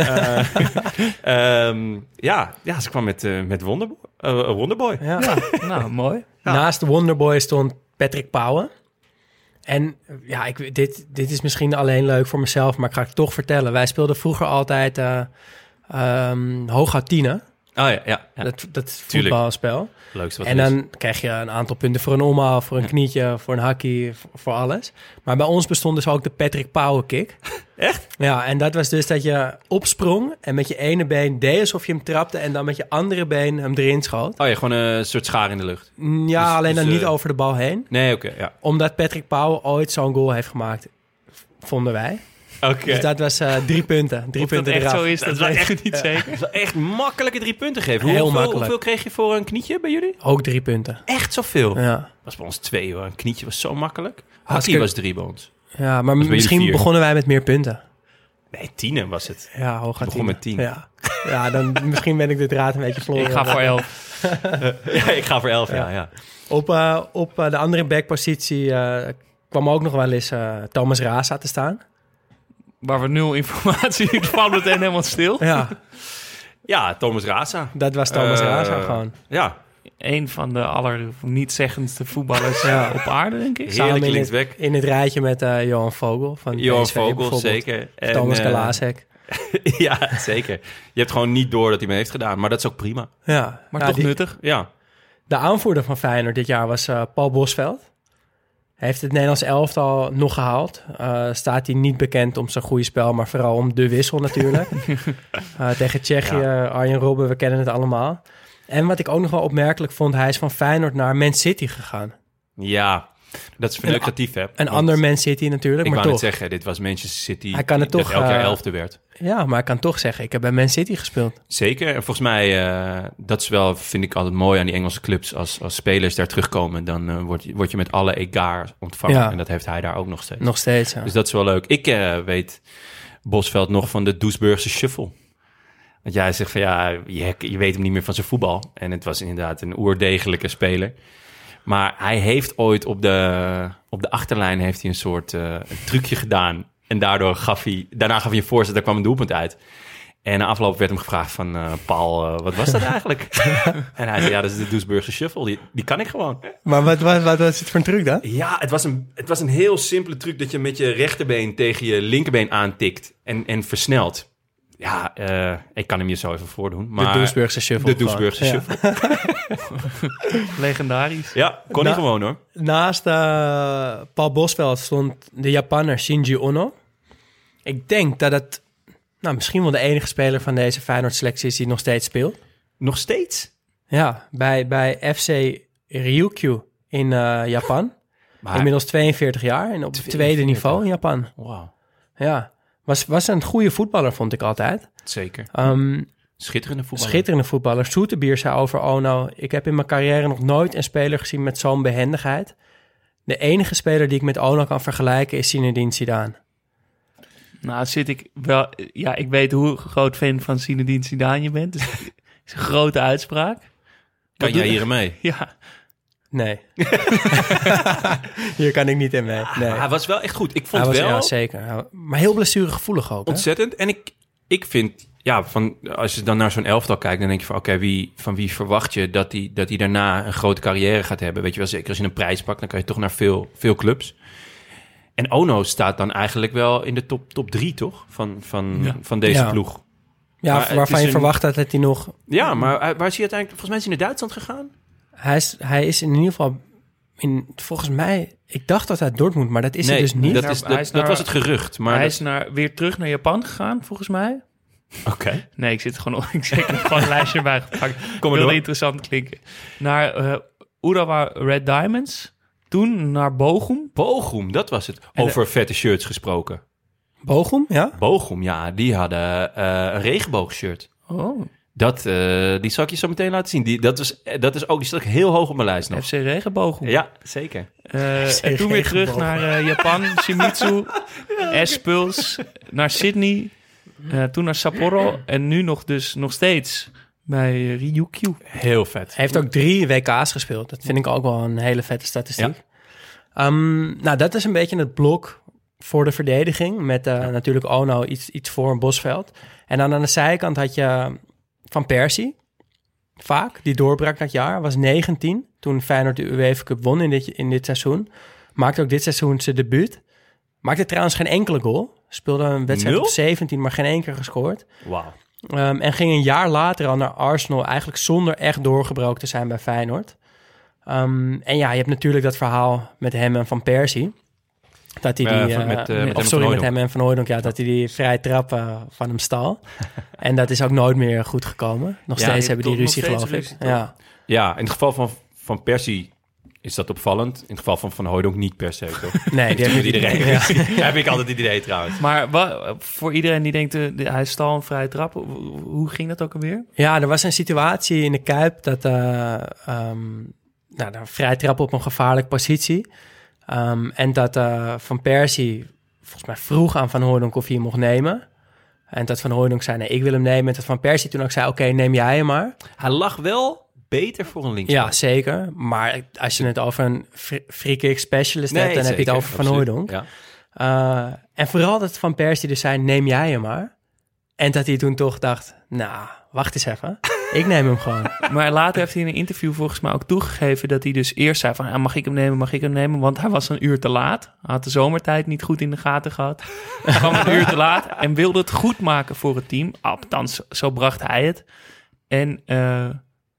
uh, um, ja, ja, ze kwam met, uh, met Wonderboy. Uh, Wonderboy. Ja. Ja, nou, mooi. Ja. Naast de Wonderboy stond Patrick Pauwen. En ja, ik, dit, dit is misschien alleen leuk voor mezelf, maar ik ga het toch vertellen. Wij speelden vroeger altijd uh, um, Hooghoutine. Oh ja, ja, ja. Dat, dat voetbalspel. Leukste wat en dan is. Krijg je een aantal punten voor een omhaal, voor een knietje, voor een hakkie, voor, voor alles. Maar bij ons bestond dus ook de Patrick Pauwen kick. Echt? Ja, en dat was dus dat je opsprong en met je ene been deed alsof je hem trapte en dan met je andere been hem erin schoot. Oh ja, gewoon een soort schaar in de lucht. Ja, dus, alleen dus, dan uh... niet over de bal heen. Nee, oké, okay, ja. Omdat Patrick Pauwen ooit zo'n goal heeft gemaakt, vonden wij. Okay. Dus dat was uh, drie punten. Drie of punten dat echt eraf. zo is, dat, dat weet ik niet zeker. Dat is wel echt makkelijke drie punten geven. Heel hoeveel, makkelijk. Hoeveel kreeg je voor een knietje bij jullie? Ook drie punten. Echt zoveel? Ja. Dat was bij ons twee, hoor. Een knietje was zo makkelijk. Hakkie was drie bij ons. Ja, maar misschien begonnen wij met meer punten. Nee, tienen was het. Ja, hoog begon met tien. Ja, ja dan misschien ben ik de draad een beetje verloren. Ik ga voor elf. ja, ik ga voor elf, ja. ja, ja. Op, uh, op uh, de andere backpositie uh, kwam ook nog wel eens uh, Thomas Rasa te staan. Waar we nul informatie van meteen helemaal stil. Ja. Ja, Thomas Rasa. Dat was Thomas uh, Rasa gewoon. Ja. Een van de aller niet-zeggendste voetballers ja. op aarde, denk ik. Heerlijk in linksback. In het rijtje met uh, Johan Vogel van Johan P S V Vogel, zeker. En, Thomas uh, Kalasek. Ja, zeker. Je hebt gewoon niet door dat hij mee heeft gedaan. Maar dat is ook prima. Ja, Maar ja, toch die- nuttig. Ja. De aanvoerder van Feyenoord dit jaar was uh, Paul Bosveld. Hij heeft het Nederlands elftal nog gehaald. Uh, staat hij niet bekend om zijn goede spel, maar vooral om de wissel natuurlijk. uh, tegen Tsjechië, Ja. Arjen Robben, we kennen het allemaal. En wat ik ook nog wel opmerkelijk vond, hij is van Feyenoord naar Man City gegaan. Ja, dat is verneukeratief, hè? Een Want ander Man City natuurlijk, Ik maar wou toch. net zeggen, dit was Manchester City. Hij kan het dat toch, elk jaar uh, elfde werd. Ja, maar ik kan toch zeggen, ik heb bij Man City gespeeld. Zeker. En volgens mij, uh, dat is wel, vind ik altijd mooi aan die Engelse clubs. Als, als spelers daar terugkomen, dan uh, word, je, word je met alle egaar ontvangen. Ja. En dat heeft hij daar ook nog steeds. Nog steeds, ja. Dus dat is wel leuk. Ik uh, weet Bosveld nog van de Doesburgse Shuffle. Want jij zegt van ja, je, je weet hem niet meer van zijn voetbal. En het was inderdaad een oerdegelijke speler. Maar hij heeft ooit op de, op de achterlijn heeft hij een soort uh, een trucje gedaan. En daardoor gaf hij, daarna gaf hij een voorzet, daar kwam een doelpunt uit. En na afloop werd hem gevraagd van uh, Paul, uh, wat was dat eigenlijk? En hij zei, ja, dat is de Doesburgse Shuffle. Die, die kan ik gewoon. Maar wat, wat, wat was het voor een truc dan? Ja, het was, een, het was een heel simpele truc dat je met je rechterbeen tegen je linkerbeen aantikt en, en versnelt. Ja, uh, ik kan hem je zo even voordoen. Maar de Doesburgse Shuffle. De Doesburgse gewoon. Shuffle. Ja. Legendarisch. Ja, kon Na- hij gewoon hoor. Naast uh, Paul Bosveld stond de Japanner Shinji Ono. Ik denk dat het nou, misschien wel de enige speler van deze Feyenoord-selectie is die nog steeds speelt. Nog steeds? Ja, bij, bij F C Ryukyu in uh, Japan. Maar, Inmiddels tweeënveertig jaar en op het tweede tweeënveertig. niveau in Japan. Wauw, Ja, was, was een goede voetballer, vond ik altijd. zeker. Um, Schitterende voetballer. schitterende voetballer. Soetebier zei over Ono: ik heb in mijn carrière nog nooit een speler gezien met zo'n behendigheid. De enige speler die ik met Ono kan vergelijken is Zinedine Zidane. Nou, zit ik wel... Ja, ik weet hoe groot fan van Zinedine Zidane je bent. Dus het is een grote uitspraak. Kan Wat jij doet- hier mee? Ja, Nee. Hier kan ik niet in mee. Nee. Hij was wel echt goed. Ik Hij vond was, wel ja, zeker. Maar heel blessuregevoelig ook. Hè? ontzettend. En ik, ik vind, ja, van, als je dan naar zo'n elftal kijkt, dan denk je van, oké, wie, van wie verwacht je dat hij dat die daarna een grote carrière gaat hebben? Weet je wel, zeker als je een prijs pakt, dan kan je toch naar veel, veel clubs. En Ono staat dan eigenlijk wel in de top, top drie, toch? Van, van, Ja. van deze Ja. ploeg. Ja, Maar het waarvan is je een- verwacht dat hij nog... Ja, maar hij- waar is hij uiteindelijk? Volgens mij is hij naar Duitsland gegaan. Hij is, hij is in ieder geval... In, volgens mij... Ik dacht dat hij Dortmund, maar dat is hij dus niet. Dat, Naar- is, hij dat, is dat naar- was het gerucht. Maar hij dat- is naar, weer terug naar Japan gegaan, volgens mij. Oké. Nee, ik zit gewoon op. Ik heb gewoon een lijstje erbij gepakt. Kom maar Wilde door. interessant klinken. Naar uh, Urawa Red Diamonds. Toen naar Bochum. Bochum, dat was het. En Over vette shirts gesproken. Bochum, ja? Bochum, ja, die hadden uh, een regenboogshirt. Oh, Dat, uh, die zal ik je zo meteen laten zien. Die, dat, was, dat is ook, die staat ook heel hoog op mijn lijst nog. F C Regenbogen. Ja, zeker. Uh, en toen weer terug naar uh, Japan, Shimizu, S-Puls, naar Sydney, uh, toen naar Sapporo en nu nog dus nog steeds bij uh, Ryukyu. Heel vet. Hij heeft ook drie W K's gespeeld. Dat vind ik ook wel een hele vette statistiek. Um, nou, dat is een beetje het blok voor de verdediging. Met uh, natuurlijk Ono iets, iets voor Bosveld. En dan aan de zijkant had je Van Persie. Vaak, die doorbrak dat jaar. Was negentien toen Feyenoord de UEFA Cup won in dit, in dit seizoen. Maakte ook dit seizoen zijn debuut. Maakte trouwens geen enkele goal. Speelde een wedstrijd Nul? op zeventien, maar geen één keer gescoord. Wauw. Um, en ging een jaar later al naar Arsenal, eigenlijk zonder echt doorgebroken te zijn bij Feyenoord. Um, en ja, je hebt natuurlijk dat verhaal met hem en Van Persie. Dat hij die, Uh, van- uh, met, uh, met hem of en sorry, Van met hem en Van Hooijdonk, ja, dat hij die vrije trap uh, van hem stal. En dat is ook nooit meer goed gekomen. Nog Ja, steeds je hebben die hebt ruzie, nog steeds geloof ruzie, ik. toch? Ja. Ja, in het geval van, van Persie is dat opvallend. In het geval van Van Hooijdonk niet per se, toch? Nee, die Met heeft iedereen. Ja. Heb ik altijd het idee trouwens. Maar wa- voor iedereen die denkt, uh, de- hij stal een vrije trap, hoe, hoe ging dat ook alweer? Ja, er was een situatie in de Kuip dat uh, um, nou, een vrije trap op een gevaarlijke positie. Um, en dat uh, Van Persie volgens mij vroeg aan Van Hooijdonk of hij hem mocht nemen. En dat Van Hooijdonk zei, nee, ik wil hem nemen. En dat Van Persie toen ook zei, oké, okay, neem jij hem maar. Hij lag wel beter voor een linksback. Ja, zeker. Maar als je het over een free free kick specialist Nee, hebt, dan heb je zeker, het over Van absoluut. Hooijdonk. Ja. Uh, en vooral dat Van Persie dus zei, neem jij hem maar. En dat hij toen toch dacht, nou, wacht eens even. Ik neem hem gewoon. Maar later heeft hij in een interview volgens mij ook toegegeven... dat hij dus eerst zei van... Ah, mag ik hem nemen, mag ik hem nemen? Want hij was een uur te laat. Hij had de zomertijd niet goed in de gaten gehad. Hij kwam een uur te laat en wilde het goed maken voor het team. Althans, zo bracht hij het. En uh,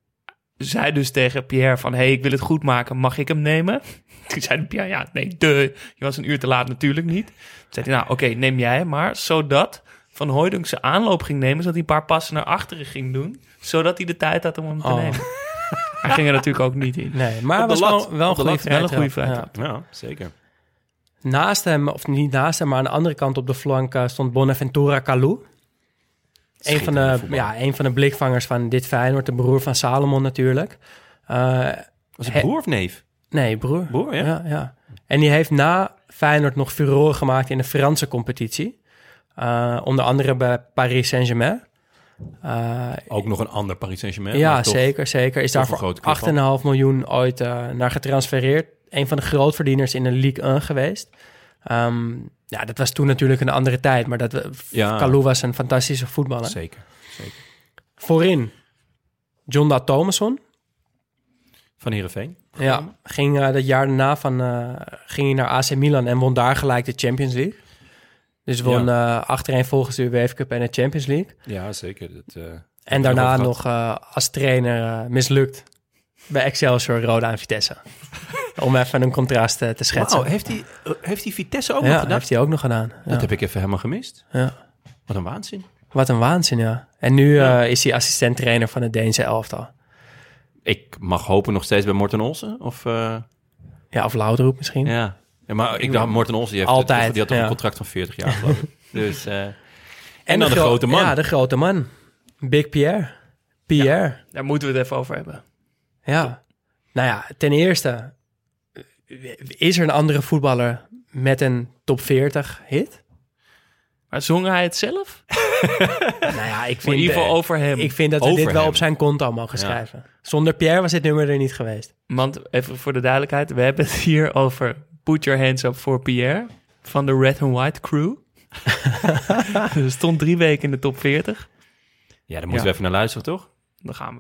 zei dus tegen Pierre van... hey, ik wil het goed maken, mag ik hem nemen? Toen zei Pierre, ja, nee, de. Je was een uur te laat, natuurlijk niet. Toen zei hij, nou, oké, okay, neem jij hem maar. Zodat Van Hooijdonk zijn aanloop ging nemen... zodat hij een paar passen naar achteren ging doen... zodat hij de tijd had om hem te oh. nemen. Hij ging er natuurlijk ook niet in. Nee, maar hij was lat, wel, wel, lat, wel een goede vrije trap. Ja. ja, zeker. Naast hem, of niet naast hem, maar aan de andere kant op de flank... Uh, stond Bonaventura Kalou. Een van, de, ja, een van de blikvangers van dit Feyenoord. De broer van Salomon natuurlijk. Uh, was het broer of neef? Nee, broer. Broer, ja. ja, ja. En die heeft na Feyenoord nog furoren gemaakt in de Franse competitie. Uh, onder andere bij Paris Saint-Germain. Uh, Ook nog een ander Paris Saint-Germain. Ja, toch, zeker, zeker. Is daar voor acht komma vijf miljoen ooit uh, naar getransfereerd. Een van de grootverdieners in de Ligue één geweest. Um, ja, dat was toen natuurlijk een andere tijd. Maar dat, ja. Kalou was een fantastische voetballer. Zeker, zeker. Voorin, John Da Thomasson. Van Heerenveen. Ja, ging uh, dat jaar daarna van, uh, ging hij naar A C Milan en won daar gelijk de Champions League. Dus won ja. uh, achtereenvolgens de UEFA Cup en de Champions League. Ja, zeker. Dat, uh, en daarna nog uh, als trainer uh, mislukt bij Excelsior, Roda en Vitesse. Om even een contrast uh, te schetsen. Wow, heeft hij, uh, heeft hij Vitesse ook ja, nog gedaan? heeft hij ook nog gedaan. Dat ja. heb ik even helemaal gemist. Ja. Wat een waanzin. Wat een waanzin, ja. En nu ja. uh, is hij assistent-trainer van het Deense elftal. Ik mag hopen nog steeds bij Morten Olsen? Of, uh... Ja, of Laudrup misschien. Ja. Ja, maar ik dacht, Morten Olsen, die, heeft Altijd, het, die had toch ja. een contract van veertig jaar, geloof ik. Dus, uh, en, en dan de, de gro- grote man. Ja, de grote man. Big Pierre. Pierre. Ja, daar moeten we het even over hebben. Ja. Nou ja, ten eerste... is er een andere voetballer met een top veertig hit? Maar zong hij het zelf? nou ja, ik vind... In ieder geval over hem. Ik vind dat we over dit wel hem. op zijn konto mogen ja. schrijven. Zonder Pierre was dit nummer er niet geweest. Want even voor de duidelijkheid... we hebben het hier over Put Your Hands Up for Pierre... van de Red and White Crew. Er stond drie weken in de top veertig. Ja, daar moeten ja. we even naar luisteren, toch? Dan gaan we.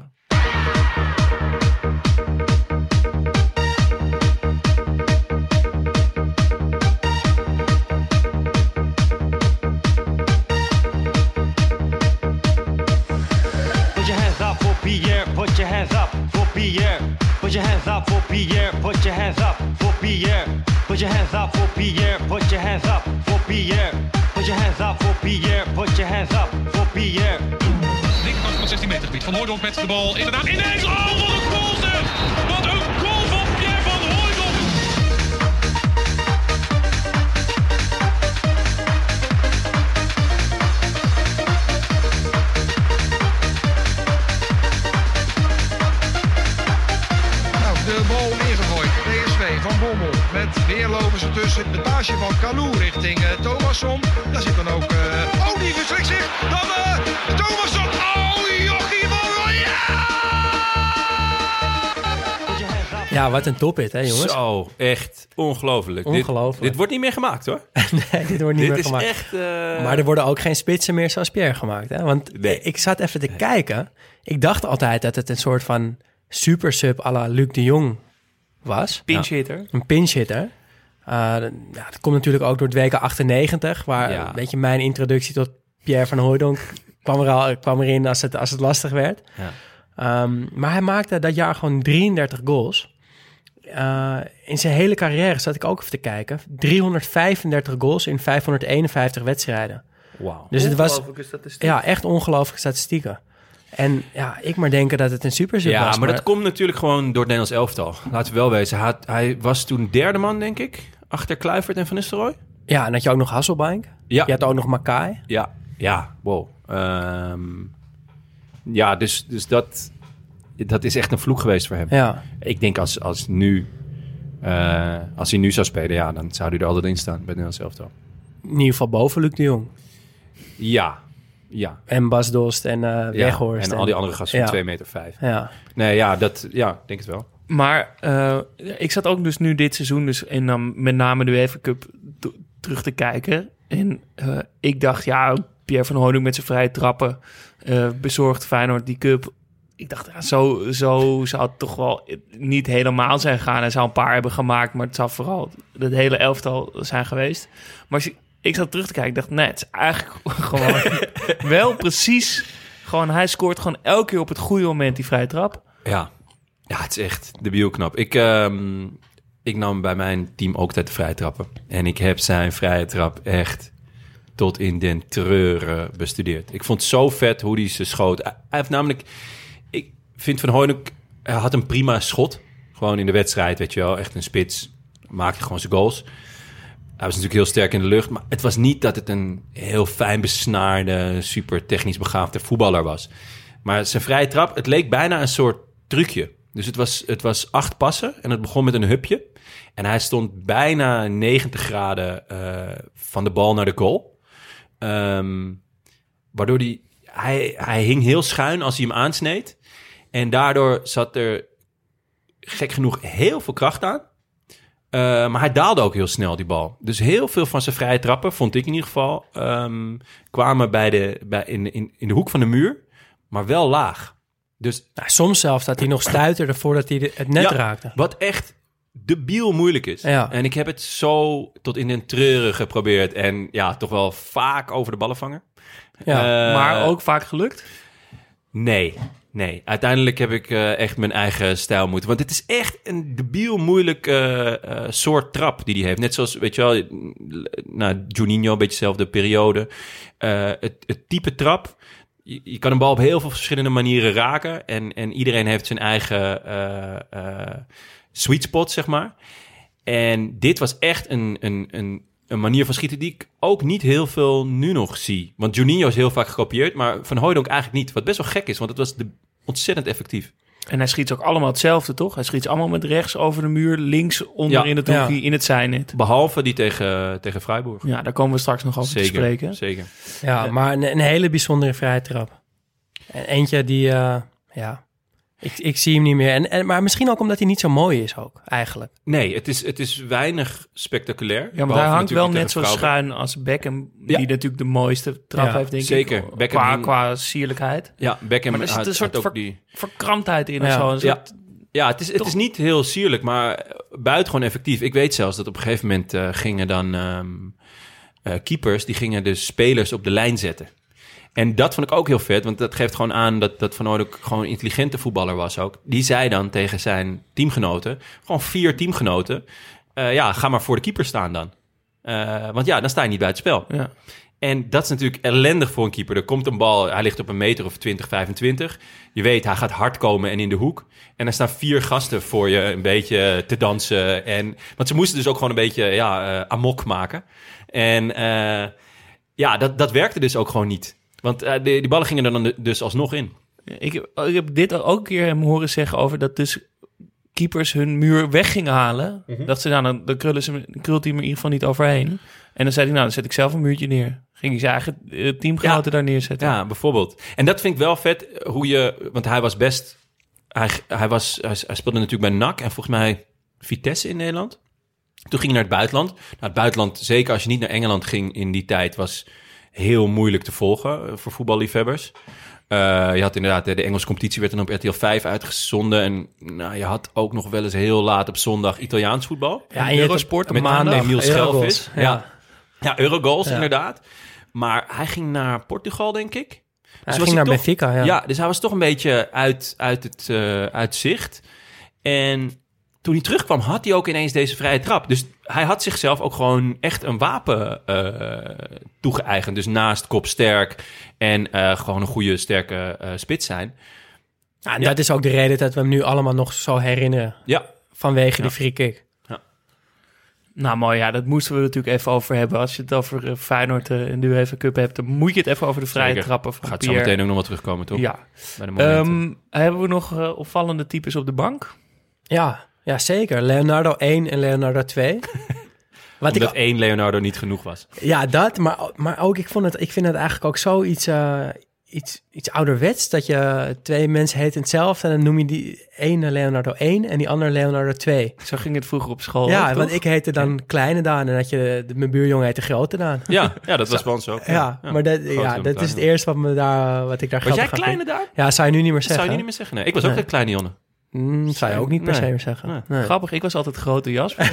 Pierre, put your hands up for Pierre. Put your hands up for Pierre. Put your hands up for Pierre. Put your hands up for Pierre. Put your hands up for Pierre. Put your hands up for Pierre. Put your hands up for Pierre. Linkerkant van het zestien meter gebied. Van Hooijdonk met de bal. Inderdaad, ineens. Oh, wat een goal zeg! Wat een goal van Pierre van Hooijdonk! De bal ingegooid. P S V van Bommel met weer lopen ze tussen. De paasje van Kalou richting uh, Thomasson. Daar zit dan ook... Uh... Oh, die verstrikt zich. Dan uh, Thomasson. Oh, Jochie van Roya! Ja, wat een tophit, hè jongens? Zo, echt ongelooflijk. Ongelooflijk. Dit, dit wordt niet meer gemaakt, hoor. nee, dit wordt niet dit meer gemaakt. Dit is echt... Uh... Maar er worden ook geen spitsen meer zoals Pierre gemaakt, hè? Want nee. ik zat even te nee. kijken. Ik dacht altijd dat het een soort van... super sub à la Luc de Jong was. Pinch hitter. Ja, een pinch hitter. Uh, ja, dat komt natuurlijk ook door het W K achtennegentig, waar ja. een beetje mijn introductie tot Pierre van Hooijdonk kwam, er al, kwam erin als het, als het lastig werd. Ja. Um, maar hij maakte dat jaar gewoon drieëndertig goals. Uh, in zijn hele carrière zat ik ook even te kijken. driehonderdvijfendertig goals in vijfhonderdeenenvijftig wedstrijden. Wauw. Dus het was ja, echt ongelooflijke statistieken. En ja, ik maar denken dat het een supersub ja, was. Ja, maar, maar dat komt natuurlijk gewoon door het Nederlands elftal. Laten we wel wezen. Hij, hij was toen derde man, denk ik. Achter Kluivert en Van Nistelrooy. Ja, en had je ook nog Hasselbank. Ja. Je had ook nog Makai. Ja, ja, wow. Um, ja, dus, dus dat, dat is echt een vloek geweest voor hem. Ja. Ik denk als, als, nu, uh, als hij nu zou spelen, ja, dan zou hij er altijd in staan bij het Nederlands elftal. In ieder geval boven Luc de Jong. Ja. Ja. En Bas Dost en uh, Weghorst. Ja, en, en al die andere gasten van ja. twee meter vijf. Ja. Nee, ja, dat, ja, ik denk het wel. Maar uh, ik zat ook dus nu dit seizoen dus en dan met name de UEFA Cup t- terug te kijken. En uh, ik dacht, ja, Pierre van Hooijdonk met zijn vrije trappen uh, bezorgt Feyenoord die cup. ik dacht, ja, zo, zo zou het toch wel niet helemaal zijn gegaan. Hij zou een paar hebben gemaakt, maar het zou vooral het hele elftal zijn geweest. Maar als je, ik zat terug te kijken, ik dacht, nee, het is eigenlijk gewoon wel precies... Gewoon, hij scoort gewoon elke keer op het goede moment die vrije trap. Ja, ja het is echt debiel knap. Ik, um, ik nam bij mijn team ook altijd de vrije trappen. En ik heb zijn vrije trap echt tot in den treuren bestudeerd. Ik vond het zo vet hoe hij ze schoot. Hij heeft namelijk... Ik vind Van Hooijdonk... Hij had een prima schot. Gewoon in de wedstrijd, weet je wel. Echt een spits. Maakte gewoon zijn goals. Hij was natuurlijk heel sterk in de lucht. Maar het was niet dat het een heel fijn besnaarde... super technisch begaafde voetballer was. Maar zijn vrije trap, het leek bijna een soort trucje. Dus het was, het was acht passen en het begon met een hupje. En hij stond bijna negentig graden uh, van de bal naar de goal. Um, waardoor die, hij, hij hing heel schuin als hij hem aansneed. En daardoor zat er gek genoeg heel veel kracht aan. Uh, maar hij daalde ook heel snel, die bal. Dus heel veel van zijn vrije trappen, vond ik in ieder geval... Um, kwamen bij de, bij, in, in, in de hoek van de muur, maar wel laag. Dus, nou, soms zelfs dat hij nog stuiterde voordat hij de, het net ja, raakte. Wat echt debiel moeilijk is. Ja. En ik heb het zo tot in den treuren geprobeerd. En ja, toch wel vaak over de ballenvanger. Ja, uh, maar ook vaak gelukt? Nee, nee. Uiteindelijk heb ik uh, echt mijn eigen stijl moeten. Want het is echt een debiel moeilijk uh, uh, soort trap die hij heeft. Net zoals, weet je wel, nou, Juninho, een beetje dezelfde periode. Uh, het, het type trap... Je, je kan een bal op heel veel verschillende manieren raken. En, en iedereen heeft zijn eigen uh, uh, sweet spot, zeg maar. En dit was echt een, een, een, een manier van schieten die ik ook niet heel veel nu nog zie. Want Juninho is heel vaak gekopieerd, maar Van Hooijdonk eigenlijk niet. Wat best wel gek is, want het was de, ontzettend effectief. En hij schiet ook allemaal hetzelfde, toch? Hij schiet allemaal met rechts over de muur, links onder ja, in het hoekje, ja. in het zijnet. Behalve die tegen, tegen Freiburg. Ja, daar komen we straks nog over zeker, te spreken. Zeker. Ja, ja. maar een, een hele bijzondere vrije trap. En eentje die, uh, ja, ik, ik zie hem niet meer. En, en, maar misschien ook omdat hij niet zo mooi is ook, eigenlijk. Nee, het is, het is weinig spectaculair. Ja, maar hij hangt wel net zo schuin als Beckham, ja. die natuurlijk de mooiste trap ja, heeft, denk zeker. ik. Zeker. Qua, hing... qua sierlijkheid. Ja, Beckham maar er zit een soort ook ver, die... verkramptheid in ja. of zo. Een soort... Ja, ja het, is, het is niet heel sierlijk, maar buitengewoon effectief. Ik weet zelfs dat op een gegeven moment uh, gingen dan um, uh, keepers, die gingen dus spelers op de lijn zetten. En dat vond ik ook heel vet, want dat geeft gewoon aan dat, dat Van Hooijdonk gewoon een intelligente voetballer was ook. Die zei dan tegen zijn teamgenoten, gewoon vier teamgenoten, uh, ja, ga maar voor de keeper staan dan. Uh, want ja, dan sta je niet bij het spel. Ja. En dat is natuurlijk ellendig voor een keeper. Er komt een bal, hij ligt op een meter of twintig, vijfentwintig. Je weet, hij gaat hard komen en in de hoek. En er staan vier gasten voor je een beetje te dansen. En, want ze moesten dus ook gewoon een beetje ja, uh, amok maken. En uh, ja, dat, dat werkte dus ook gewoon niet. Want uh, die, die ballen gingen er dan dus alsnog in. Ik heb, ik heb dit ook een keer hem horen zeggen over dat dus keepers hun muur weg gingen halen. Mm-hmm. Dat ze, nou, dan, dan krullen ze, krult hij me in ieder geval niet overheen. En dan zei hij, nou, dan zet ik zelf een muurtje neer. Ging hij zijn eigen uh, teamgenoten ja. daar neerzetten. Ja, bijvoorbeeld. En dat vind ik wel vet, hoe je... Want hij was best... Hij, hij, was, hij, hij speelde natuurlijk bij N A C en volgens mij Vitesse in Nederland. Toen ging hij naar het buitenland. Nou, het buitenland, zeker als je niet naar Engeland ging in die tijd, was heel moeilijk te volgen voor voetballiefhebbers. Uh, je had inderdaad, de Engelse competitie werd dan op R T L vijf uitgezonden. En nou, je had ook nog wel eens heel laat op zondag Italiaans voetbal. Ja, en Eurosport op maandag. Emiel Schelvis. Ja. Ja. ja, Eurogoals ja. inderdaad. Maar hij ging naar Portugal, denk ik. Dus hij ging hij naar toch, Benfica, ja. Ja, dus hij was toch een beetje uit, uit het uh, uit zicht. En toen hij terugkwam, had hij ook ineens deze vrije trap. Dus hij had zichzelf ook gewoon echt een wapen uh, toegeëigend. Dus naast kopsterk en uh, gewoon een goede, sterke uh, spits zijn. Ja, en ja. dat is ook de reden dat we hem nu allemaal nog zo herinneren. Ja. Vanwege ja. die free kick. Ja. Nou mooi, ja, dat moesten we natuurlijk even over hebben. Als je het over uh, Feyenoord uh, in de UEFA Cup hebt, dan moet je het even over de vrije Zeker. trappen van Gaat Pierre. zo meteen ook nog wel terugkomen, toch? Ja. Bij de momenten. Um, hebben we nog uh, opvallende types op de bank? Ja, ja zeker. Leonardo één en Leonardo twee. Wat Omdat één Leonardo niet genoeg was. Ja, dat. Maar, maar ook, ik, vond het, ik vind het eigenlijk ook zoiets... Uh, iets, iets ouderwets. Dat je twee mensen heten hetzelfde en dan noem je die ene Leonardo één en die andere Leonardo twee. Zo ging het vroeger op school. Ja, ook, want toch? ik heette dan Kleine Daan en dat je de, mijn buurjongen heette Grote Daan. Ja, ja dat was bij ons ook. Ja, ja, ja. maar dat, ja, dat is het eerste wat, me daar, wat ik daar Was grappig jij aan Kleine vind. Daan? Ja, zou je nu niet meer Dat zeggen. zou je niet meer zeggen. Nee, ik was ook Nee. een kleine Jonne. Mm, zou je ook niet per Nee. se meer zeggen. Nee. Nee. Grappig, ik was altijd grote Jasper.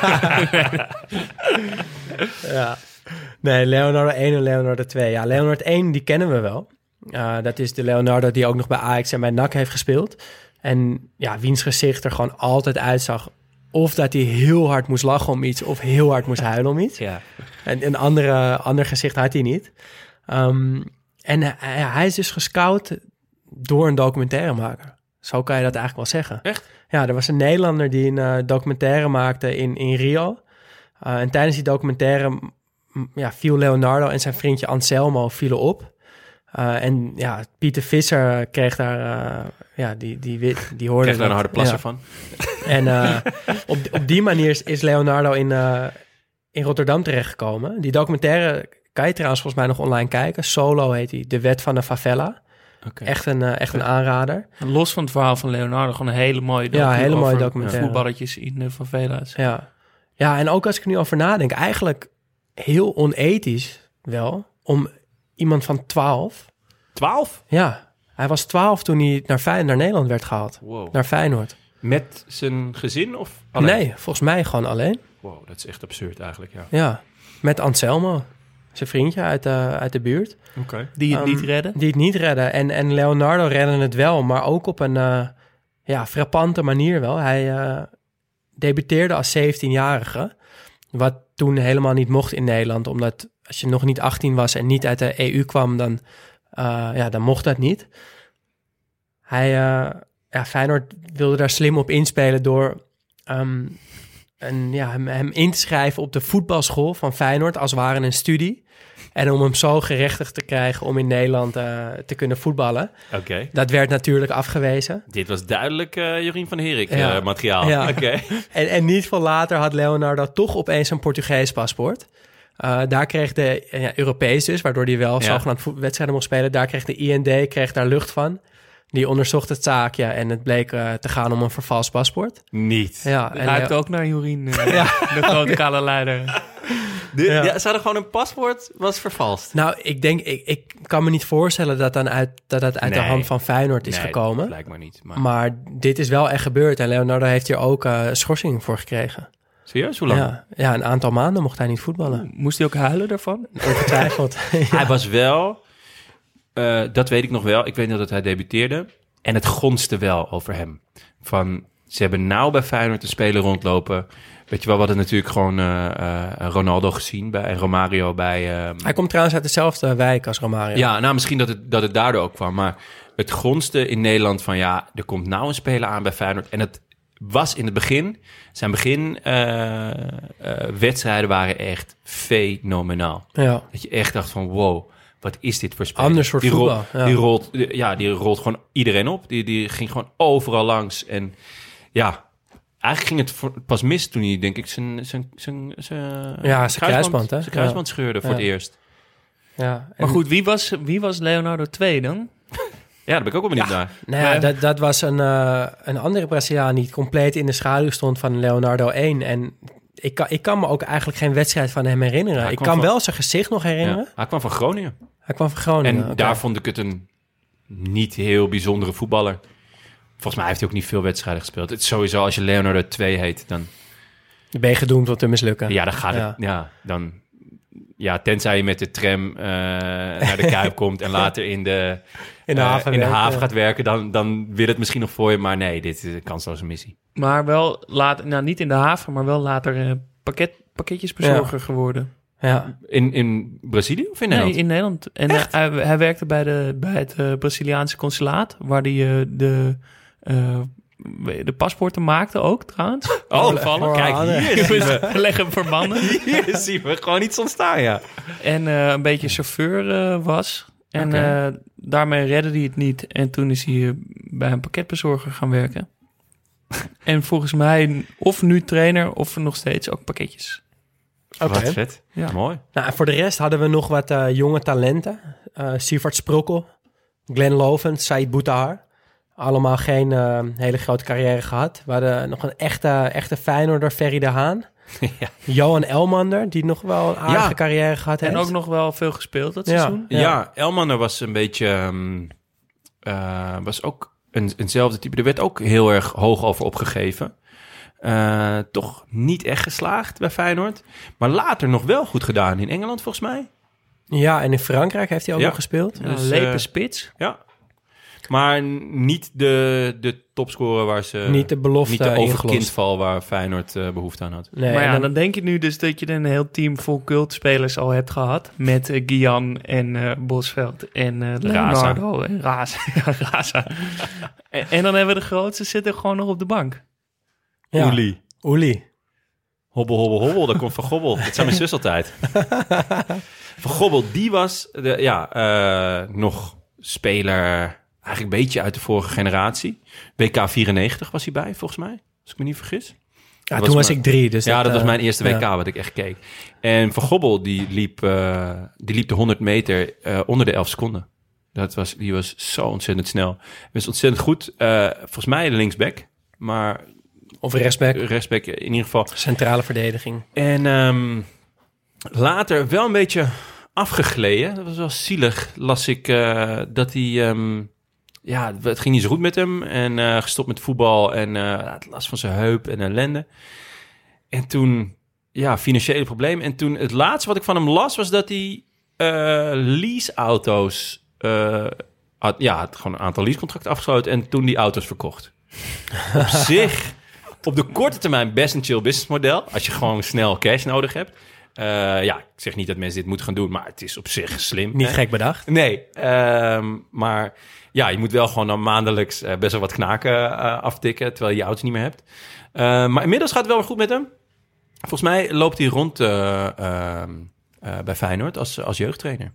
Ja. Nee, Leonardo één en Leonardo twee. Ja, Leonardo één, die kennen we wel. Uh, dat is de Leonardo die ook nog bij Ajax en bij N A C heeft gespeeld. En ja, wiens gezicht er gewoon altijd uitzag. Of dat hij heel hard moest lachen om iets, of heel hard moest huilen om iets. Ja. En een andere, ander gezicht had hij niet. Um, en hij, hij is dus gescout door een documentairemaker. Zo kan je dat eigenlijk wel zeggen. Echt? Ja, er was een Nederlander die een uh, documentaire maakte in, in Rio. Uh, en tijdens die documentaire m, ja, viel Leonardo en zijn vriendje Anselmo vielen op. Uh, en ja, Pieter Visser kreeg daar, uh, ja, die, die, die, die hoorde... Kreeg daar een dat, harde plasser ja. van. En uh, op, op die manier is, is Leonardo in, uh, in Rotterdam terechtgekomen. Die documentaire kan je trouwens volgens mij nog online kijken. Solo heet die, De Wet van de Favela. Okay. Echt een, uh, echt een aanrader. Los van het verhaal van Leonardo, gewoon een hele mooie Ja, hele mooie over documentaire. voetballetjes in de favela's. Ja. ja, en ook als ik er nu over nadenk, eigenlijk heel onethisch wel, om iemand van twaalf... twaalf? Ja, hij was twaalf toen hij naar, Fey- naar Nederland werd gehaald. Wow. Naar Feyenoord. Met zijn gezin of alleen? Nee, volgens mij gewoon alleen. Wow, dat is echt absurd eigenlijk, ja. Ja, met Anselmo, zijn vriendje uit de, uit de buurt. Oké. Okay. Die het um, niet redden? Die het niet redden. En, en Leonardo redde het wel, maar ook op een uh, ja, frappante manier wel. Hij uh, debuteerde als zeventienjarige, wat toen helemaal niet mocht in Nederland, omdat als je nog niet achttien was en niet uit de E U kwam, dan, uh, ja, dan mocht dat niet. Hij, uh, ja, Feyenoord wilde daar slim op inspelen door um, een, ja, hem, hem in te schrijven op de voetbalschool van Feyenoord als ware een studie. En om hem zo gerechtigd te krijgen om in Nederland uh, te kunnen voetballen. Oké. Okay. Dat werd natuurlijk afgewezen. Dit was duidelijk uh, Jorien van Herik ja. uh, materiaal. Ja. Oké. Okay. En, en niet veel later had Leonardo toch opeens een Portugees paspoort. Uh, daar kreeg de ja, Europees dus, waardoor hij wel ja. zogenaamd wedstrijden mocht spelen. Daar kreeg de I N D kreeg daar lucht van. Die onderzocht het zaakje en het bleek uh, te gaan om een vervalst paspoort. Niet. Ja, en ruikt uh, ook naar Jorien, uh, ja. de grote kale leider. De, ja. Ja, ze hadden gewoon een paspoort, was vervalst. Nou, ik denk, ik, ik kan me niet voorstellen dat dan uit, dat het uit nee. de hand van Feyenoord is nee, gekomen. Dat lijkt me niet. Maar... maar dit is wel echt gebeurd en Leonardo heeft hier ook uh, schorsing voor gekregen. Serieus? Hoe lang? Ja, ja, een aantal maanden mocht hij niet voetballen. Moest hij ook huilen daarvan? Ongetwijfeld. ja. Hij was wel, uh, dat weet ik nog wel, ik weet nog dat hij debuteerde. En het gonste wel over hem. Van, ze hebben nou bij Feyenoord een speler rondlopen. Weet je wel, we hadden natuurlijk gewoon uh, uh, Ronaldo gezien bij, en Romario bij... Uh, hij komt trouwens uit dezelfde wijk als Romario. Ja, nou misschien dat het, dat het daardoor ook kwam. Maar het gonste in Nederland van ja, er komt nou een speler aan bij Feyenoord. En het was in het begin, zijn begin uh, uh, wedstrijden waren echt fenomenaal. Ja. Dat je echt dacht van wow, wat is dit voor speler? Ander soort die voetbal. Rolt, ja. Die rolt, ja, die rolt gewoon iedereen op. Die, die ging gewoon overal langs. En ja, eigenlijk ging het pas mis toen hij, denk ik, zijn, zijn, zijn, zijn, ja, zijn kruisband, hè? Zijn kruisband ja. scheurde voor ja. het eerst. Ja, en... Maar goed, wie was, wie was Leonardo twee dan? Ja, daar ben ik ook wel benieuwd ja. naar. Nou ja, dat, dat was een, uh, een andere Braziliaan die compleet in de schaduw stond van Leonardo één. En ik kan, ik kan me ook eigenlijk geen wedstrijd van hem herinneren. Ja, ik kan van... wel zijn gezicht nog herinneren. Ja. Hij kwam van Groningen. Hij kwam van Groningen, En okay. daar vond ik het een niet heel bijzondere voetballer. Volgens mij heeft hij ook niet veel wedstrijden gespeeld. Het is sowieso, als je Leonardo twee heet, dan... Dan ben je gedoemd om te mislukken. Ja, dan gaat het... Ja, ja dan... Ja, tenzij je met de tram uh, naar de Kuip komt en later in de, in de uh, haven, in de werken, haven ja. gaat werken, dan, dan wil het misschien nog voor je. Maar nee, dit is een kansloze missie. Maar wel later, nou niet in de haven, maar wel later uh, pakket, pakketjesbezorger ja. geworden. Ja. In, in Brazilië of in Nederland? Nee, in Nederland. En uh, hij, hij werkte bij, de, bij het uh, Braziliaanse consulaat, waar hij uh, de... Uh, de paspoorten maakte ook, trouwens. Oh, vallen. Kijk, hier zien we. Leggen verbanden. Hier zien we gewoon iets ontstaan, ja. En uh, een beetje chauffeur uh, was. En okay. uh, daarmee redde hij het niet. En toen is hij uh, bij een pakketbezorger gaan werken. En volgens mij of nu trainer of nog steeds ook pakketjes. Okay. Wat vet. Ja. Mooi. Nou, en voor de rest hadden we nog wat uh, jonge talenten. Uh, Sivert Sprokkel Glenn Lovens, Said Boutahar. Allemaal geen uh, hele grote carrière gehad. We hadden nog een echte, echte Feyenoorder, Ferry de Haan. Ja. Johan Elmander, die nog wel een aardige ja. carrière gehad heeft. En ook nog wel veel gespeeld dat ja. seizoen. Ja, ja, Elmander was een beetje... Um, uh, was ook een, eenzelfde type. Er werd ook heel erg hoog over opgegeven. Uh, toch niet echt geslaagd bij Feyenoord. Maar later nog wel goed gedaan in Engeland, volgens mij. Ja, en in Frankrijk heeft hij ook ja. nog gespeeld. Ja, dus, lepe uh, spits. Ja. Maar niet de, de topscorer waar ze... Niet de belofte Niet de overkindval waar Feyenoord uh, behoefte aan had. Nee, maar ja, dan, dan denk je nu dus dat je een heel team vol cultspelers al hebt gehad. Met uh, Gian en uh, Bosveld en uh, Leonardo en Raza. ja, Raza. en, en dan hebben we de grootste zitten gewoon nog op de bank. Ja. Oeli. Oeli. Hobbel, hobbel, hobbel. Dat komt van Gobbel. Dat zijn mijn zus altijd. Van Gobbel, die was de, ja, uh, nog speler... Eigenlijk een beetje uit de vorige generatie. W K vierennegentig was hij bij, volgens mij. Als ik me niet vergis. Ja, toen was, was ik drie. Dus ja, dat, dat was uh, mijn eerste W K ja. wat ik echt keek. En Van Gobbel, die liep, uh, die liep de honderd meter uh, onder de elf seconden. Dat was, die was zo ontzettend snel. Hij was ontzettend goed. Uh, volgens mij de linksback. Maar... Of rechtsback. Rechtsback in ieder geval. Centrale verdediging. En um, later wel een beetje afgegleden. Dat was wel zielig. Las ik uh, dat hij... Um, Ja, het ging niet zo goed met hem. En uh, gestopt met voetbal. En uh, het last van zijn heup en ellende. En toen, ja, financiële problemen. En toen, het laatste wat ik van hem las... was dat hij uh, leaseauto's... Uh, had, ja, had gewoon een aantal leasecontracten afgesloten... en toen die auto's verkocht. Op zich, op de korte termijn... best een chill businessmodel. Als je gewoon snel cash nodig hebt. Uh, ja, ik zeg niet dat mensen dit moeten gaan doen... maar het is op zich slim. Niet hè? gek bedacht. Nee, um, maar... Ja, je moet wel gewoon dan maandelijks uh, best wel wat knaken uh, aftikken... terwijl je je auto's niet meer hebt. Uh, maar inmiddels gaat het wel weer goed met hem. Volgens mij loopt hij rond uh, uh, uh, bij Feyenoord als, als jeugdtrainer.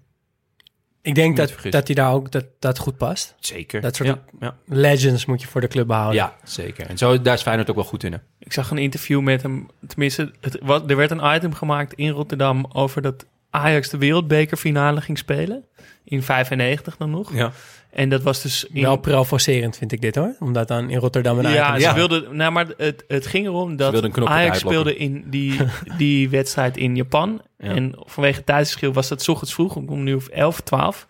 Ik denk dat, dat hij daar ook dat, dat goed past. Zeker. Dat soort ja, ja. legends moet je voor de club behouden. Ja, zeker. En zo, daar is Feyenoord ook wel goed in. Hè? Ik zag een interview met hem. Tenminste, het, wat, er werd een item gemaakt in Rotterdam... over dat Ajax de wereldbekerfinale ging spelen. In vijfennegentig dan nog. Ja. En dat was dus... In... Wel provocerend vind ik dit hoor. Omdat dan in Rotterdam een Ja, ze ja. wilden... Nou, maar het, het ging erom dat Ajax speelde in die, die wedstrijd in Japan. Ja. En vanwege tijdsverschil was dat 's ochtends vroeg. Om nu of elf, twaalf.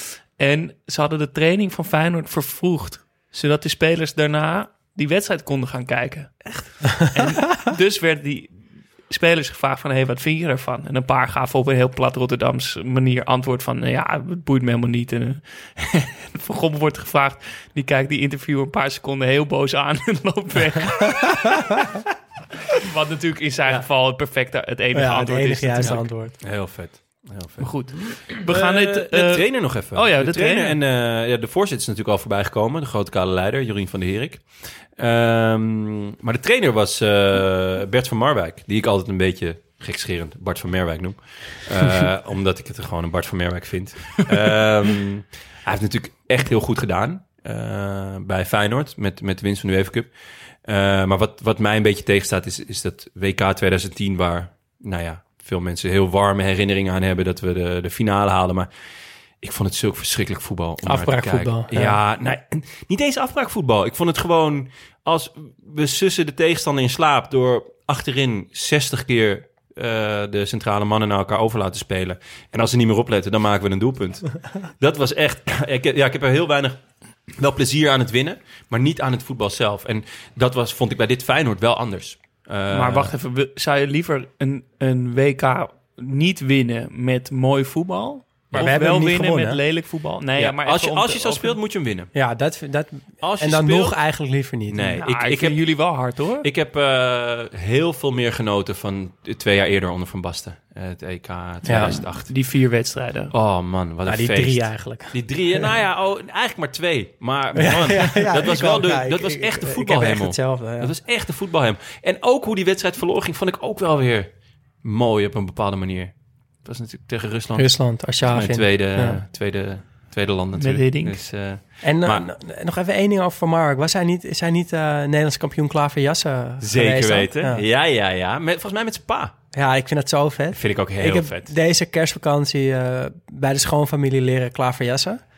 En ze hadden de training van Feyenoord vervroegd. Zodat de spelers daarna die wedstrijd konden gaan kijken. Echt? En dus werd die... spelers gevraagd van, hé, hey, wat vind je ervan? En een paar gaven op een heel plat Rotterdams manier antwoord van, nou ja, het boeit me helemaal niet. En uh, Van Gobbel wordt gevraagd, die kijkt die interview een paar seconden heel boos aan en loopt weg. Wat natuurlijk in zijn ja. geval het perfecte, het enige ja, antwoord het enige is. juiste antwoord. Heel vet. Heel vet. Maar goed, we gaan uh, dit... Uh, de trainer nog even. Oh ja, de, de trainer. trainer. En uh, ja, de voorzitter is natuurlijk al voorbij gekomen. De grote kale leider, Jorien van der Herik. Um, maar de trainer was uh, Bert van Marwijk. Die ik altijd een beetje gekscherend Bart van Merwijk noem. Uh, omdat ik het gewoon een Bart van Merwijk vind. Um, hij heeft natuurlijk echt heel goed gedaan. Uh, bij Feyenoord. Met, met de winst van de UEFA Cup. Uh, maar wat, wat mij een beetje tegenstaat is, is dat W K twintig tien... waar, nou ja... veel mensen heel warme herinneringen aan hebben... dat we de, de finale haalden. Maar ik vond het zulk verschrikkelijk voetbal. Afbraakvoetbal. Ja, ja nee, niet eens afbraakvoetbal. Ik vond het gewoon... als we sussen de tegenstander in slaap... door achterin zestig keer... Uh, de centrale mannen naar elkaar over laten spelen. En als ze niet meer opletten, dan maken we een doelpunt. Dat was echt... ik, ja, ik heb er heel weinig... wel plezier aan het winnen... maar niet aan het voetbal zelf. En dat was, vond ik bij dit Feyenoord wel anders. Uh, maar wacht even, zou je liever een, een W K niet winnen met mooi voetbal? Maar of we hebben wel winnen gewonnen, met lelijk voetbal? Nee, ja, ja, maar als je, als te, je zo speelt, moet je hem winnen. Ja, dat, dat, als je en dan speelt, nog eigenlijk liever niet. Nee, ja, ik, ik, ik, ik heb jullie wel hard hoor. Ik heb uh, heel veel meer genoten van twee jaar eerder onder Van Basten. Uh, het E K tweeduizend acht. Ja, die vier wedstrijden. Oh man, wat nou, een die feest. Die drie eigenlijk. Die drie, nou ja, oh, eigenlijk maar twee. Maar man, ja, ja, ja, dat was wel de, ja, dat was echt de voetbalhemel. Hetzelfde, ja. Dat was echt de voetbalhemel. En ook hoe die wedstrijd verloren ging, vond ik ook wel weer mooi op een bepaalde manier. Het was natuurlijk tegen Rusland. Rusland, Arshavin. Mijn tweede, ja. tweede, tweede land natuurlijk. Met Hiddink. Dus, uh, en uh, maar, nog even één ding over Van Marwijk. Was hij niet, is hij niet uh, Nederlands kampioen klaverjassen Zeker geweest, weten. Ja, ja, ja. ja. Met, volgens mij met zijn pa. Ja, ik vind het zo vet. Vind ik ook heel ik heb vet. Deze kerstvakantie uh, bij de schoonfamilie leren klaverjassen.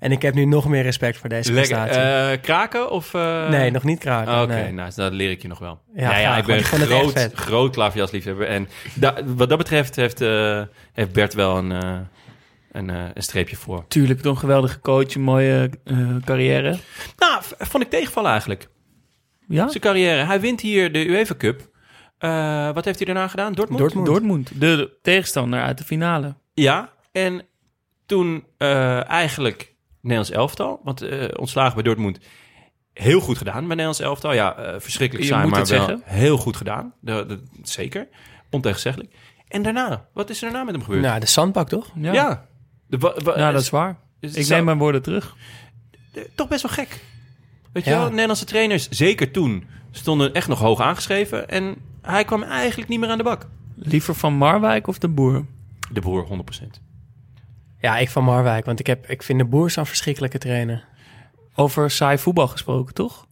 En ik heb nu nog meer respect voor deze Lekker. prestatie. Uh, kraken of... Uh... Nee, nog niet kraken. Oké, okay, nee. nou, dat leer ik je nog wel. Ja, ja, ja ik ben een groot, groot, groot klaverjasliefhebber. En da, wat dat betreft heeft, uh, heeft Bert wel een, uh, een, uh, een streepje voor. Tuurlijk, een geweldige coach, een mooie uh, carrière. Nou, v- vond ik tegenvallen eigenlijk. Ja? Zijn carrière. Hij wint hier de UEFA Cup. Uh, wat heeft hij daarna gedaan? Dortmund? Dortmund. Dortmund, de tegenstander uit de finale. Ja, en toen uh, eigenlijk Nederlands elftal. Want uh, ontslagen bij Dortmund, heel goed gedaan bij Nederlands elftal. Ja, uh, verschrikkelijk saai, maar wel zeggen. heel goed gedaan. De, de, zeker, ontegenzeggelijk. En daarna, wat is er daarna met hem gebeurd? Nou, de zandbak toch? Ja, ja, de, wa, wa, ja dat is waar. Is Ik zo, neem mijn woorden terug. De, toch best wel gek. Weet je ja. wel, Nederlandse trainers, zeker toen, stonden echt nog hoog aangeschreven. En hij kwam eigenlijk niet meer aan de bak. Liever Van Marwijk of de Boer? De Boer, honderd procent. Ja, ik van Marwijk, want ik, heb, ik vind de Boer zo'n verschrikkelijke trainer. Over saai voetbal gesproken, toch?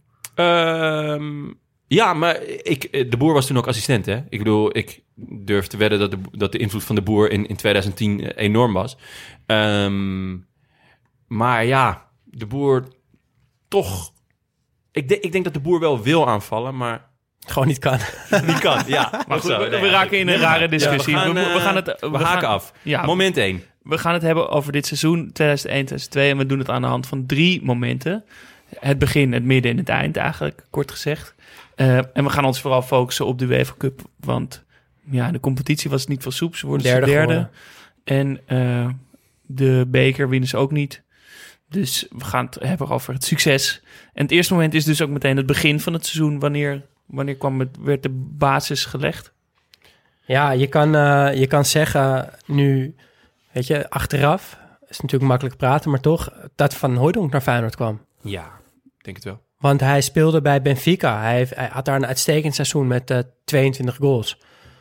Um, ja, maar ik, de Boer was toen ook assistent, hè? Ik bedoel, ik durf te wedden dat de, dat de invloed van de Boer in, in twintig tien enorm was. Um, maar ja, de Boer toch... Ik, de, ik denk dat de Boer wel wil aanvallen, maar... Gewoon niet kan. Niet kan, ja. Maar goed, we, we raken in een rare discussie. Ja, we, gaan, we, we gaan het... We, we haken gaan, af. Ja, Moment één. We gaan het hebben over dit seizoen tweeduizend één tweeduizend twee. En we doen het aan de hand van drie momenten. Het begin, het midden en het eind eigenlijk, kort gezegd. Uh, en we gaan ons vooral focussen op de UEFA Cup. Want ja, de competitie was niet veel soep. Ze worden derde. derde. En uh, de beker winnen ze ook niet. Dus we gaan het hebben over het succes. En het eerste moment is dus ook meteen het begin van het seizoen. Wanneer, wanneer kwam het, werd de basis gelegd? Ja, je kan, uh, je kan zeggen nu, weet je, achteraf is natuurlijk makkelijk praten, maar toch dat Van Hooijdonk naar Feyenoord kwam. Ja, ik denk het wel. Want hij speelde bij Benfica. Hij, heeft, hij had daar een uitstekend seizoen met uh, tweeëntwintig goals.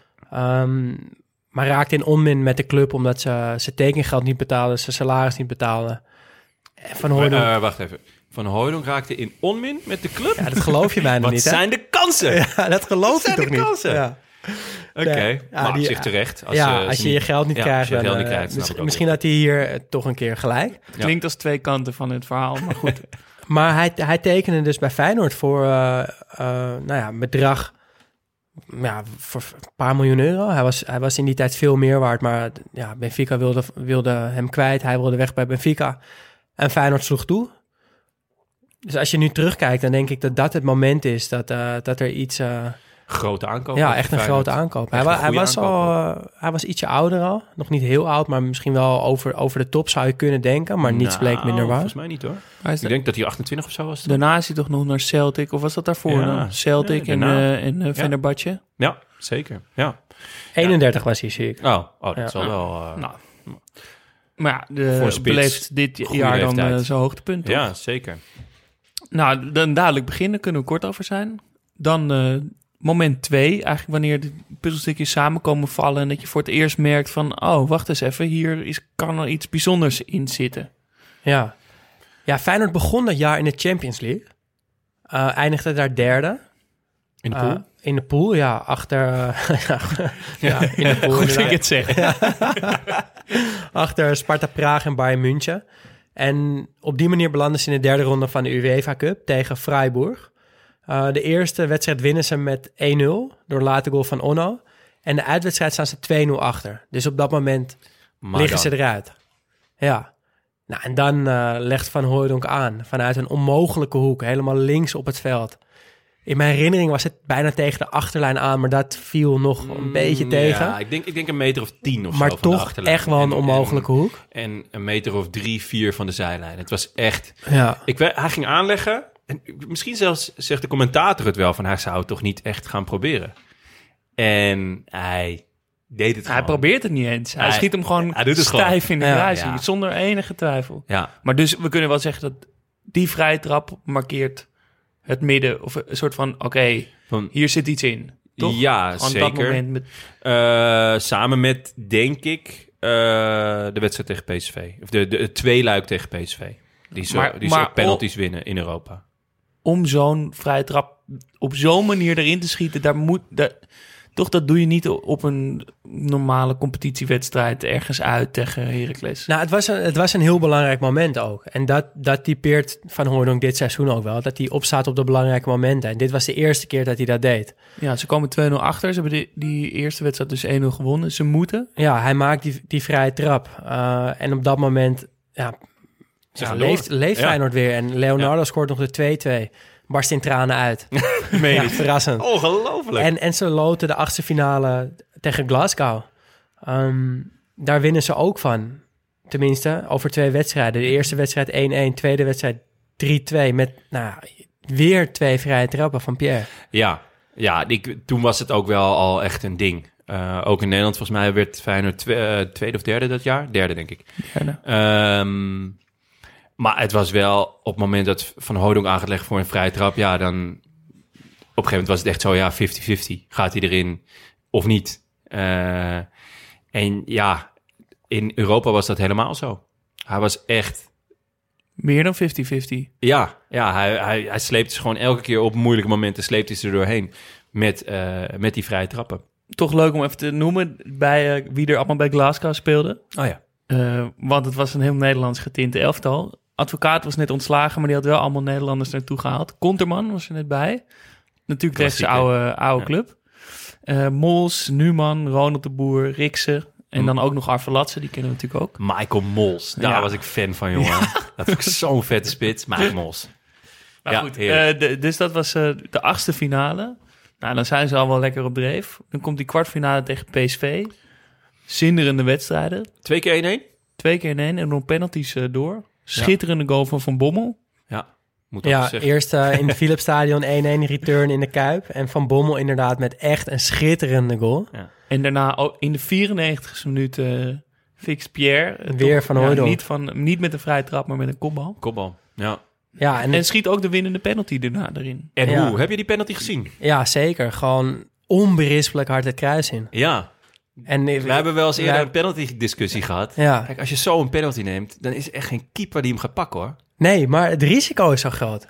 Um, maar raakte in onmin met de club omdat ze zijn tekengeld niet betaalden, zijn salaris niet betaalden. Van Hooijdonk... Uh, wacht even. Van Hooijdonk raakte in onmin met de club? Ja, dat geloof je bijna Wat niet, Wat zijn de kansen? Ja, dat geloof je toch niet? Wat zijn de kansen? Ja. Oké, okay. Ja, maar die, op zich terecht. Als, ja, uh, als je niet, je geld niet ja, krijgt, je dan, geld uh, niet krijgt, misschien, misschien had hij hier uh, toch een keer gelijk. Het klinkt ja. als twee kanten van het verhaal, maar goed. Maar hij, hij tekende dus bij Feyenoord voor uh, uh, nou ja, een bedrag ja, voor een paar miljoen euro. Hij was, hij was in die tijd veel meer waard, maar ja, Benfica wilde, wilde hem kwijt. Hij wilde weg bij Benfica. En Feyenoord sloeg toe. Dus als je nu terugkijkt, dan denk ik dat dat het moment is dat, uh, dat er iets... Uh, grote aankoop. Ja, echt een grote aankoop. Hij, hij, was al, uh, hij was ietsje ouder al. Nog niet heel oud, maar misschien wel over, over de top zou je kunnen denken. Maar niets nou, bleek minder waar. Volgens mij niet hoor. Ik de... denk dat hij achtentwintig of zo was. Daarna is hij toch nog naar Celtic, of was dat daarvoor? Ja, Celtic ja, en, uh, en uh, Fenerbahce. Ja. ja, zeker. Ja. eenendertig ja. was hij, zie ik. Oh, oh dat ja. is wel wel... Uh, nou. Maar ja, de, beleeft dit jaar dan uh, zijn hoogtepunt, toch? Ja, zeker. Nou, dan dadelijk beginnen, kunnen we kort over zijn. Dan uh, moment twee, eigenlijk wanneer de puzzelstukjes samen komen vallen... en dat je voor het eerst merkt van... oh, wacht eens even, hier is, kan er iets bijzonders in zitten. Ja. Ja, Feyenoord begon dat jaar in de Champions League. Uh, eindigde daar derde. In de pool? Uh, in de pool, ja. Achter... Uh, ja, in de pool. Goed ik het zeggen. Achter Sparta Praag en Bayern München. En op die manier belanden ze in de derde ronde van de UEFA Cup tegen Freiburg. Uh, de eerste wedstrijd winnen ze met één nul door een late goal van Onno. En de uitwedstrijd staan ze twee nul achter. Dus op dat moment maar liggen dan. ze eruit. Ja. Nou, en dan uh, legt Van Hooijdonk aan vanuit een onmogelijke hoek, helemaal links op het veld. In mijn herinnering was het bijna tegen de achterlijn aan, maar dat viel nog een mm, beetje tegen. Ja, ik denk, ik denk een meter of tien of maar zo van de achterlijn. Maar toch echt wel een onmogelijke en, hoek. En een meter of drie, vier van de zijlijn. Het was echt... Ja. Ik, hij ging aanleggen. En misschien zelfs zegt de commentator het wel, van hij zou het toch niet echt gaan proberen. En hij deed het Hij gewoon. probeert het niet eens. Hij, hij schiet hem gewoon hij doet het stijf gewoon. in de ja, ja. zonder enige twijfel. Ja. Maar dus we kunnen wel zeggen dat die vrije trap markeert het midden. Of een soort van, oké, okay, hier zit iets in. Toch? Ja, Aan zeker. Dat moment met... uh, samen met, denk ik, uh, de wedstrijd tegen P S V. Of de, de, de tweeluik tegen P S V. Die zo, maar, die maar zo penalties om, winnen in Europa. Om zo'n vrije trap op zo'n manier erin te schieten, daar moet... Daar, Toch, dat doe je niet op een normale competitiewedstrijd ergens uit tegen Heracles. Nou, het was, een, het was een heel belangrijk moment ook. En dat, dat typeert Van Hooijdonk dit seizoen ook wel. Dat hij opstaat op de belangrijke momenten. En dit was de eerste keer dat hij dat deed. Ja, ze komen twee nul achter. Ze hebben die, die eerste wedstrijd dus één nul gewonnen. Ze moeten. Ja, hij maakt die, die vrije trap. Uh, en op dat moment ja, ja, leeft, leeft ja. Feyenoord weer. En Leonardo ja. scoort nog de twee-twee. Barst in tranen uit. Meen ja, verrassend. Ongelooflijk. En, en ze loten de achtste finale tegen Glasgow. Um, daar winnen ze ook van. Tenminste, over twee wedstrijden. De eerste wedstrijd één-één, tweede wedstrijd drie-twee... met nou, weer twee vrije trappen van Pierre. Ja, ja ik, toen was het ook wel al echt een ding. Uh, ook in Nederland, volgens mij werd Feyenoord twe, uh, tweede of derde dat jaar. Derde, denk ik. Derde. Um, maar het was wel, op het moment dat Van Hooijdonk aan gaat leggen voor een vrije trap... ja, dan... op een gegeven moment was het echt zo, ja, vijftig vijftig. Gaat hij erin of niet? Uh, en ja, in Europa was dat helemaal zo. Hij was echt... Meer dan vijftig vijftig? Ja, ja hij, hij, hij sleept ze gewoon elke keer op moeilijke momenten... sleept hij ze er doorheen met, uh, met die vrije trappen. Toch leuk om even te noemen bij uh, wie er allemaal bij Glasgow speelde. Oh ja. Uh, want het was een heel Nederlands getinte elftal. Advocaat was net ontslagen, maar die had wel allemaal Nederlanders naartoe gehaald. Konterman was er net bij. Natuurlijk tegen zijn oude, oude ja. club. Uh, Mols, Numan, Ronald de Boer, Riksen. En dan ook nog Arvelatse, die kennen we natuurlijk ook. Michael Mols, daar ja. was ik fan van, jongen. Ja. Dat vond ik zo'n vette spits. Michael Mols. Maar ja, goed, uh, de, dus dat was uh, de achtste finale. Nou, dan zijn ze al wel lekker op dreef. Dan komt die kwartfinale tegen P S V. Zinderende wedstrijden. Twee keer één-één? Twee keer één-één en nog penalties uh, door. Schitterende ja. goal van Van Bommel. Ja, moet ja eerst uh, in het Philipsstadion één-één return in de Kuip. En Van Bommel inderdaad met echt een schitterende goal. Ja. En daarna ook in de vierennegentigste minuut uh, fix Pierre. Weer toch, Van Hooijdonk. Ja, niet, van, niet met een vrije trap, maar met een kopbal. Kopbal, ja. Ja, en, en schiet ook de winnende penalty daarna erin. En ja. hoe? Heb je die penalty gezien? Ja, zeker. Gewoon onberispelijk hard het kruis in. Ja. En, we uh, hebben wel eens eerder wij... een penalty-discussie gehad. Ja. Kijk, als je zo een penalty neemt, dan is er echt geen keeper die hem gaat pakken, hoor. Nee, maar het risico is zo groot.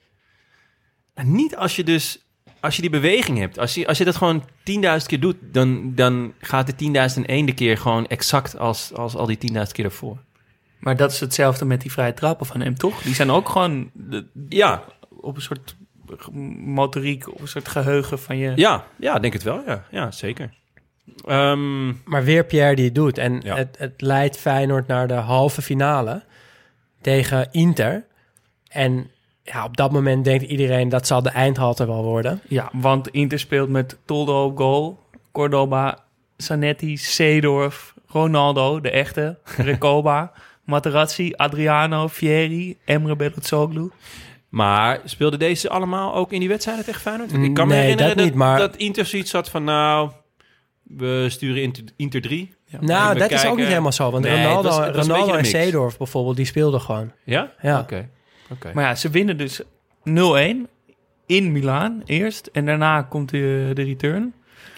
Nou, niet als je dus... Als je die beweging hebt, als je, als je dat gewoon tienduizend keer doet... dan, dan gaat de tienduizend en één de keer gewoon exact als, als al die tienduizend keer ervoor. Maar dat is hetzelfde met die vrije trappen van hem, toch? Die zijn ook gewoon de, ja. op een soort motoriek, op een soort geheugen van je... Ja, ja, denk het wel, ja, ja zeker. Um, maar weer Pierre die het doet. En ja. het, het leidt Feyenoord naar de halve finale tegen Inter. En ja, op dat moment denkt iedereen dat zal de eindhalte wel worden. Ja, want Inter speelt met Toldo op goal, Cordoba, Zanetti, Seedorf, Ronaldo, de echte, Recoba, Materazzi, Adriano, Fieri, Emre Belözoğlu. Maar speelden deze allemaal ook in die wedstrijden tegen Feyenoord? Ik kan nee, me herinneren dat, niet, maar... dat Inter zoiets had van... nou, we sturen Inter, Inter drie. Ja. Nou, dat kijken. is ook niet helemaal zo. Want nee, Ronaldo, het was, het was Ronaldo en Seedorf bijvoorbeeld, die speelden gewoon. Ja? Ja. Oké. Okay. Okay. Maar ja, ze winnen dus nul-één in Milaan eerst. En daarna komt de, de return.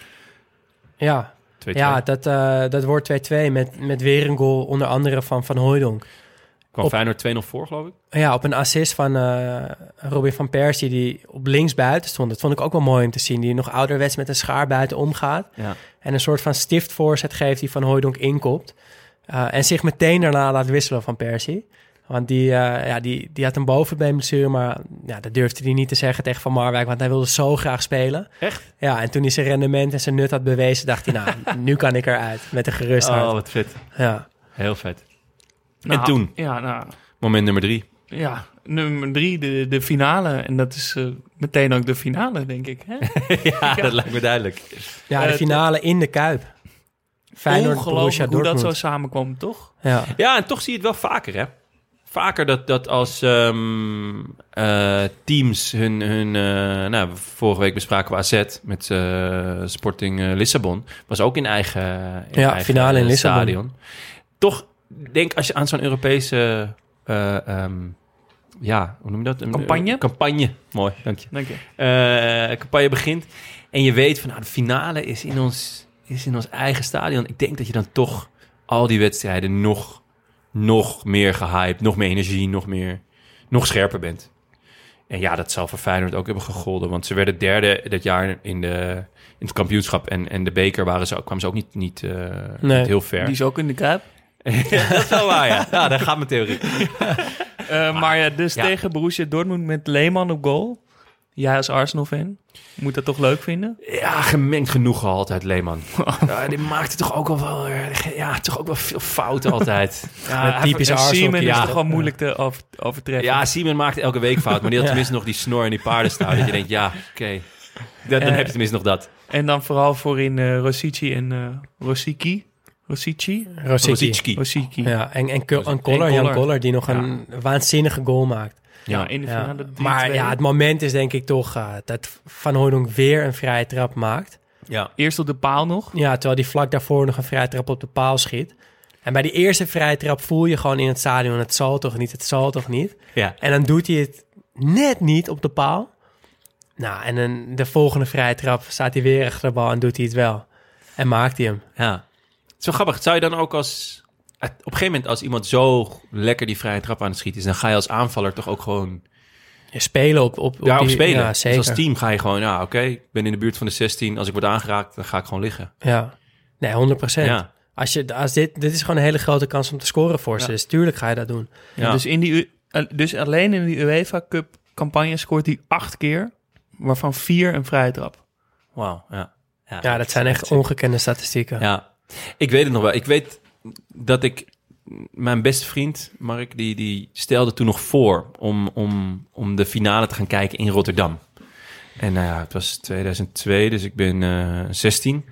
Ja, twee-twee. Ja, dat, uh, dat wordt twee-twee met, met weer een goal, onder andere van Van Hooijdonk. Kwam Feyenoord twee nul voor, geloof ik? Ja, op een assist van uh, Robin van Persie, die op links buiten stond. Dat vond ik ook wel mooi om te zien. Die nog ouderwets met een schaar buiten omgaat. Ja. En een soort van stift voorzet geeft die Van Hooijdonk inkopt. Uh, en zich meteen daarna laat wisselen van Persie. Want die, uh, ja, die, die had een bovenbeenblessure, maar ja, dat durfde hij niet te zeggen tegen Van Marwijk, want hij wilde zo graag spelen. Echt? Ja, en toen hij zijn rendement en zijn nut had bewezen, dacht hij, nou, nu kan ik eruit met een gerust hart. Oh, wat vet. Ja. Heel vet. Nou, en toen? Ja, nou... Moment nummer drie. Ja, nummer drie, de, de finale. En dat is uh, meteen ook de finale, denk ik. Hè? ja, ja, dat lijkt me duidelijk. Ja, de finale uh, in de Kuip. Feyenoord, ongelooflijk hoe dat zo samenkwam, toch? Ja. ja, en toch zie je het wel vaker, hè? Vaker dat, dat als um, uh, teams hun... hun uh, nou, vorige week bespraken we A Z met uh, Sporting uh, Lissabon. Was ook in eigen, in ja, eigen finale in Lissabon. Stadion. Toch, denk als je aan zo'n Europese... Uh, um, ja, hoe noem je dat? Een campagne? Uh, campagne, mooi, dank je. Dank je. Uh, campagne begint en je weet van, nou, de finale is in ons, is in ons eigen stadion. Ik denk dat je dan toch al die wedstrijden nog... nog meer gehyped, nog meer energie, nog meer, nog scherper bent. En ja, dat zal voor Feyenoord ook hebben gegolden. Want ze werden derde dat jaar in, de, in het kampioenschap. En, en de beker waren ze, kwamen ze ook niet, niet, uh, nee, niet heel ver. Die is ook in de Kuip. Ja, dat is wel waar, ja. Ja, daar gaat mijn theorie. Uh, maar, maar ja, dus ja. tegen Borussia Dortmund met Lehmann op goal. Jij als Arsenal-fan moet dat toch leuk vinden? Ja, gemengd genoegen altijd, Lehmann. Ja, die maakte toch ook al wel, ja, toch ook wel veel fouten altijd. Ja, typisch Arsenal. Seaman ja. is toch wel moeilijk te over, overtreffen. Ja, Seaman maakt elke week fout, maar die had tenminste ja. nog die snor en die paardenstaart. Dat je denkt, ja, oké, okay. dan uh, heb je tenminste nog dat. En dan vooral voorin uh, Rosici en uh, Rosici. Rosici? Rosici. Rosici. Ja, en, en, en, en Koller, Jan Koller, die nog ja. een waanzinnige goal maakt. Ja, ja, in de finale. Ja. Maar ja, het moment is denk ik toch uh, dat Van Hooijdonk weer een vrije trap maakt. Ja. Eerst op de paal nog. Ja, terwijl die vlak daarvoor nog een vrije trap op de paal schiet. En bij die eerste vrije trap voel je gewoon in het stadion, het zal toch niet, het zal toch niet. Ja. En dan doet hij het net niet op de paal. Nou, en dan de volgende vrije trap staat hij weer achter de bal en doet hij het wel. En maakt hij hem. Ja. Zo grappig. Zou je dan ook als... Op een gegeven moment, als iemand zo lekker die vrije trap aan het schieten is, dan ga je als aanvaller toch ook gewoon... Je spelen op, op, op ja, op die, spelen. Ja, zeker. Dus als team ga je gewoon, ja, oké, okay, ik ben in de buurt van de zestien. Als ik word aangeraakt, dan ga ik gewoon liggen. Ja, nee, honderd procent. Ja. Als je, als dit, dit is gewoon een hele grote kans om te scoren voor ze. Ja. Dus tuurlijk ga je dat doen. Ja. Ja, dus, in die, dus alleen in die UEFA Cup campagne scoort hij acht keer, waarvan vier een vrije trap. Wauw, ja. Ja, ja, dat zijn echt ongekende statistieken. Ja, ik weet het nog wel. Ik weet dat ik... Mijn beste vriend, Mark, die, die stelde toen nog voor om, om, om de finale te gaan kijken in Rotterdam. En nou ja, het was tweeduizend twee, dus ik ben uh, zestien.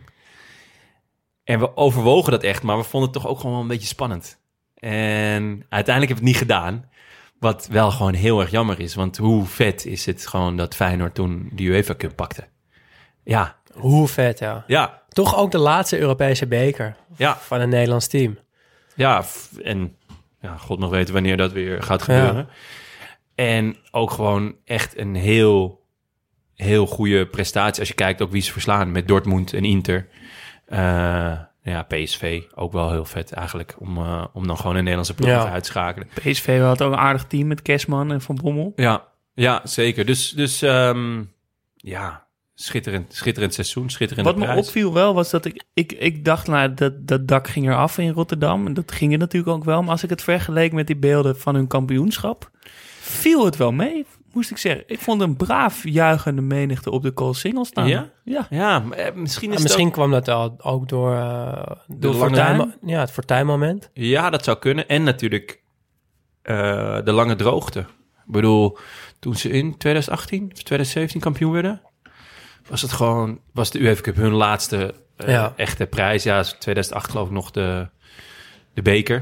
En we overwogen dat echt, maar we vonden het toch ook gewoon wel een beetje spannend. En uiteindelijk heb ik het niet gedaan. Wat wel gewoon heel erg jammer is. Want hoe vet is het gewoon dat Feyenoord toen de UEFA Cup pakte. Ja. Hoe vet, ja. Ja. Toch ook de laatste Europese beker ja. van een Nederlands team. Ja, en ja, God nog weten wanneer dat weer gaat gebeuren. Ja. En ook gewoon echt een heel, heel goede prestatie. Als je kijkt ook wie ze verslaan met Dortmund en Inter. Uh, ja, P S V ook wel heel vet eigenlijk. Om, uh, om dan gewoon een Nederlandse ploeg ja. uit te schakelen. P S V had ook een aardig team met Kersman en Van Bommel. Ja, ja zeker. Dus, dus um, ja... Schitterend, schitterend seizoen, schitterende Wat prijs. me opviel wel was dat ik... Ik, ik dacht, nou, dat, dat dak ging eraf in Rotterdam. En dat ging er natuurlijk ook wel. Maar als ik het vergeleek met die beelden van hun kampioenschap... viel het wel mee, moest ik zeggen. Ik vond een braaf juichende menigte op de Koolsingel staan. Ja? Ja. Ja, misschien is ja, misschien ook... kwam dat al, ook door, uh, door fortuin, ja, het fortuinmoment. Ja, dat zou kunnen. En natuurlijk uh, de lange droogte. Ik bedoel, toen ze in twintig achttien of twintig zeventien kampioen werden... was het gewoon, was de UEFA Cup hun laatste uh, ja. echte prijs. Ja, tweeduizend acht geloof ik nog de, de beker.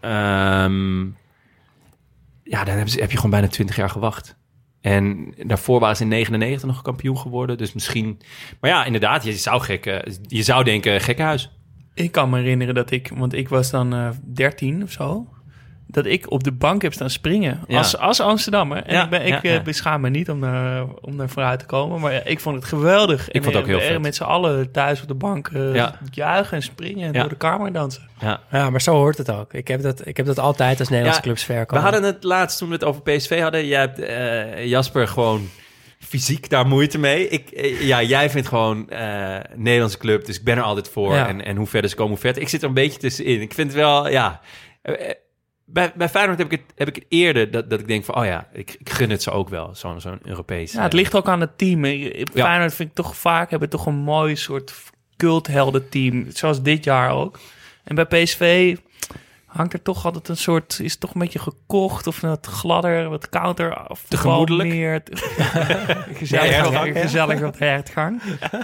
Um, ja, dan hebben ze, heb je gewoon bijna twintig jaar gewacht. En daarvoor waren ze in negenennegentig nog kampioen geworden. Dus misschien... Maar ja, inderdaad, je zou, gek, uh, je zou denken gekkenhuis. Ik kan me herinneren dat ik, want ik was dan uh, dertien of zo... dat ik op de bank heb staan springen ja. als, als Amsterdammer. En ja, ik, ben, ik ja, ja. beschaam me niet om daar, om daar vooruit te komen. Maar ja, ik vond het geweldig. Ik en vond het ook heel vet. Met z'n allen thuis op de bank uh, ja. juichen en springen en ja. door de kamer dansen. Ja. ja, maar zo hoort het ook. Ik heb dat, ik heb dat altijd als Nederlandse ja, clubs verkomen. We hadden het laatst toen we het over P S V hadden. Jij hebt uh, Jasper gewoon fysiek daar moeite mee. Ik, uh, ja, jij vindt gewoon uh, Nederlandse club, dus ik ben er altijd voor. Ja. En, en hoe verder ze komen, hoe verder. Ik zit er een beetje tussenin. Ik vind het wel, ja... Uh, Bij, bij Feyenoord heb ik het, heb ik het eerder dat, dat ik denk van... oh ja, ik, ik gun het ze ook wel, zo'n zo'n Europees... Ja, het ligt ook aan het team. Feyenoord ja. vind ik toch vaak... hebben toch een mooi soort cultheldenteam. Zoals dit jaar ook. En bij P S V hangt er toch altijd een soort... is toch een beetje gekocht of wat gladder, wat kouder. Of te gemoedelijk. Meer te, gezellig, ja, wat, ja. gezellig wat hertgang.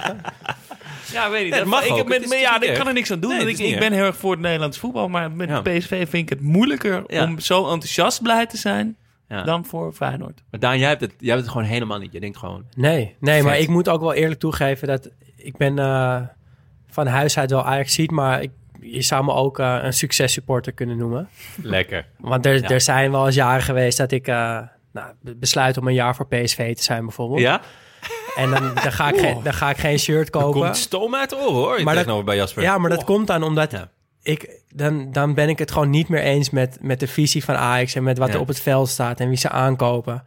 Ja, weet niet. Ja, dat mag ik, ook. Met, maar ja, ik kan er niks aan doen. Nee, ik, ik ben heel erg voor het Nederlands voetbal. Maar met ja. P S V vind ik het moeilijker ja. om zo enthousiast blij te zijn ja. dan voor Feyenoord. Maar Daan, jij hebt, het, jij hebt het gewoon helemaal niet. Je denkt gewoon... Nee, nee vet. Maar ik moet ook wel eerlijk toegeven dat ik ben uh, van huis uit wel Ajaxiet, maar ik, je zou me ook uh, een successupporter kunnen noemen. Lekker. Want er, ja. er zijn wel eens jaren geweest dat ik uh, nou, besluit om een jaar voor P S V te zijn bijvoorbeeld. Ja? En dan, dan, ga ik oh. geen, dan ga ik geen shirt kopen. Er komt stoom uit de oren, hoor. Je maar dat, bij Jasper. Ja, maar dat oh. komt dan omdat... Ja. Ik, dan, dan ben ik het gewoon niet meer eens met, met de visie van Ajax... en met wat ja. er op het veld staat en wie ze aankopen.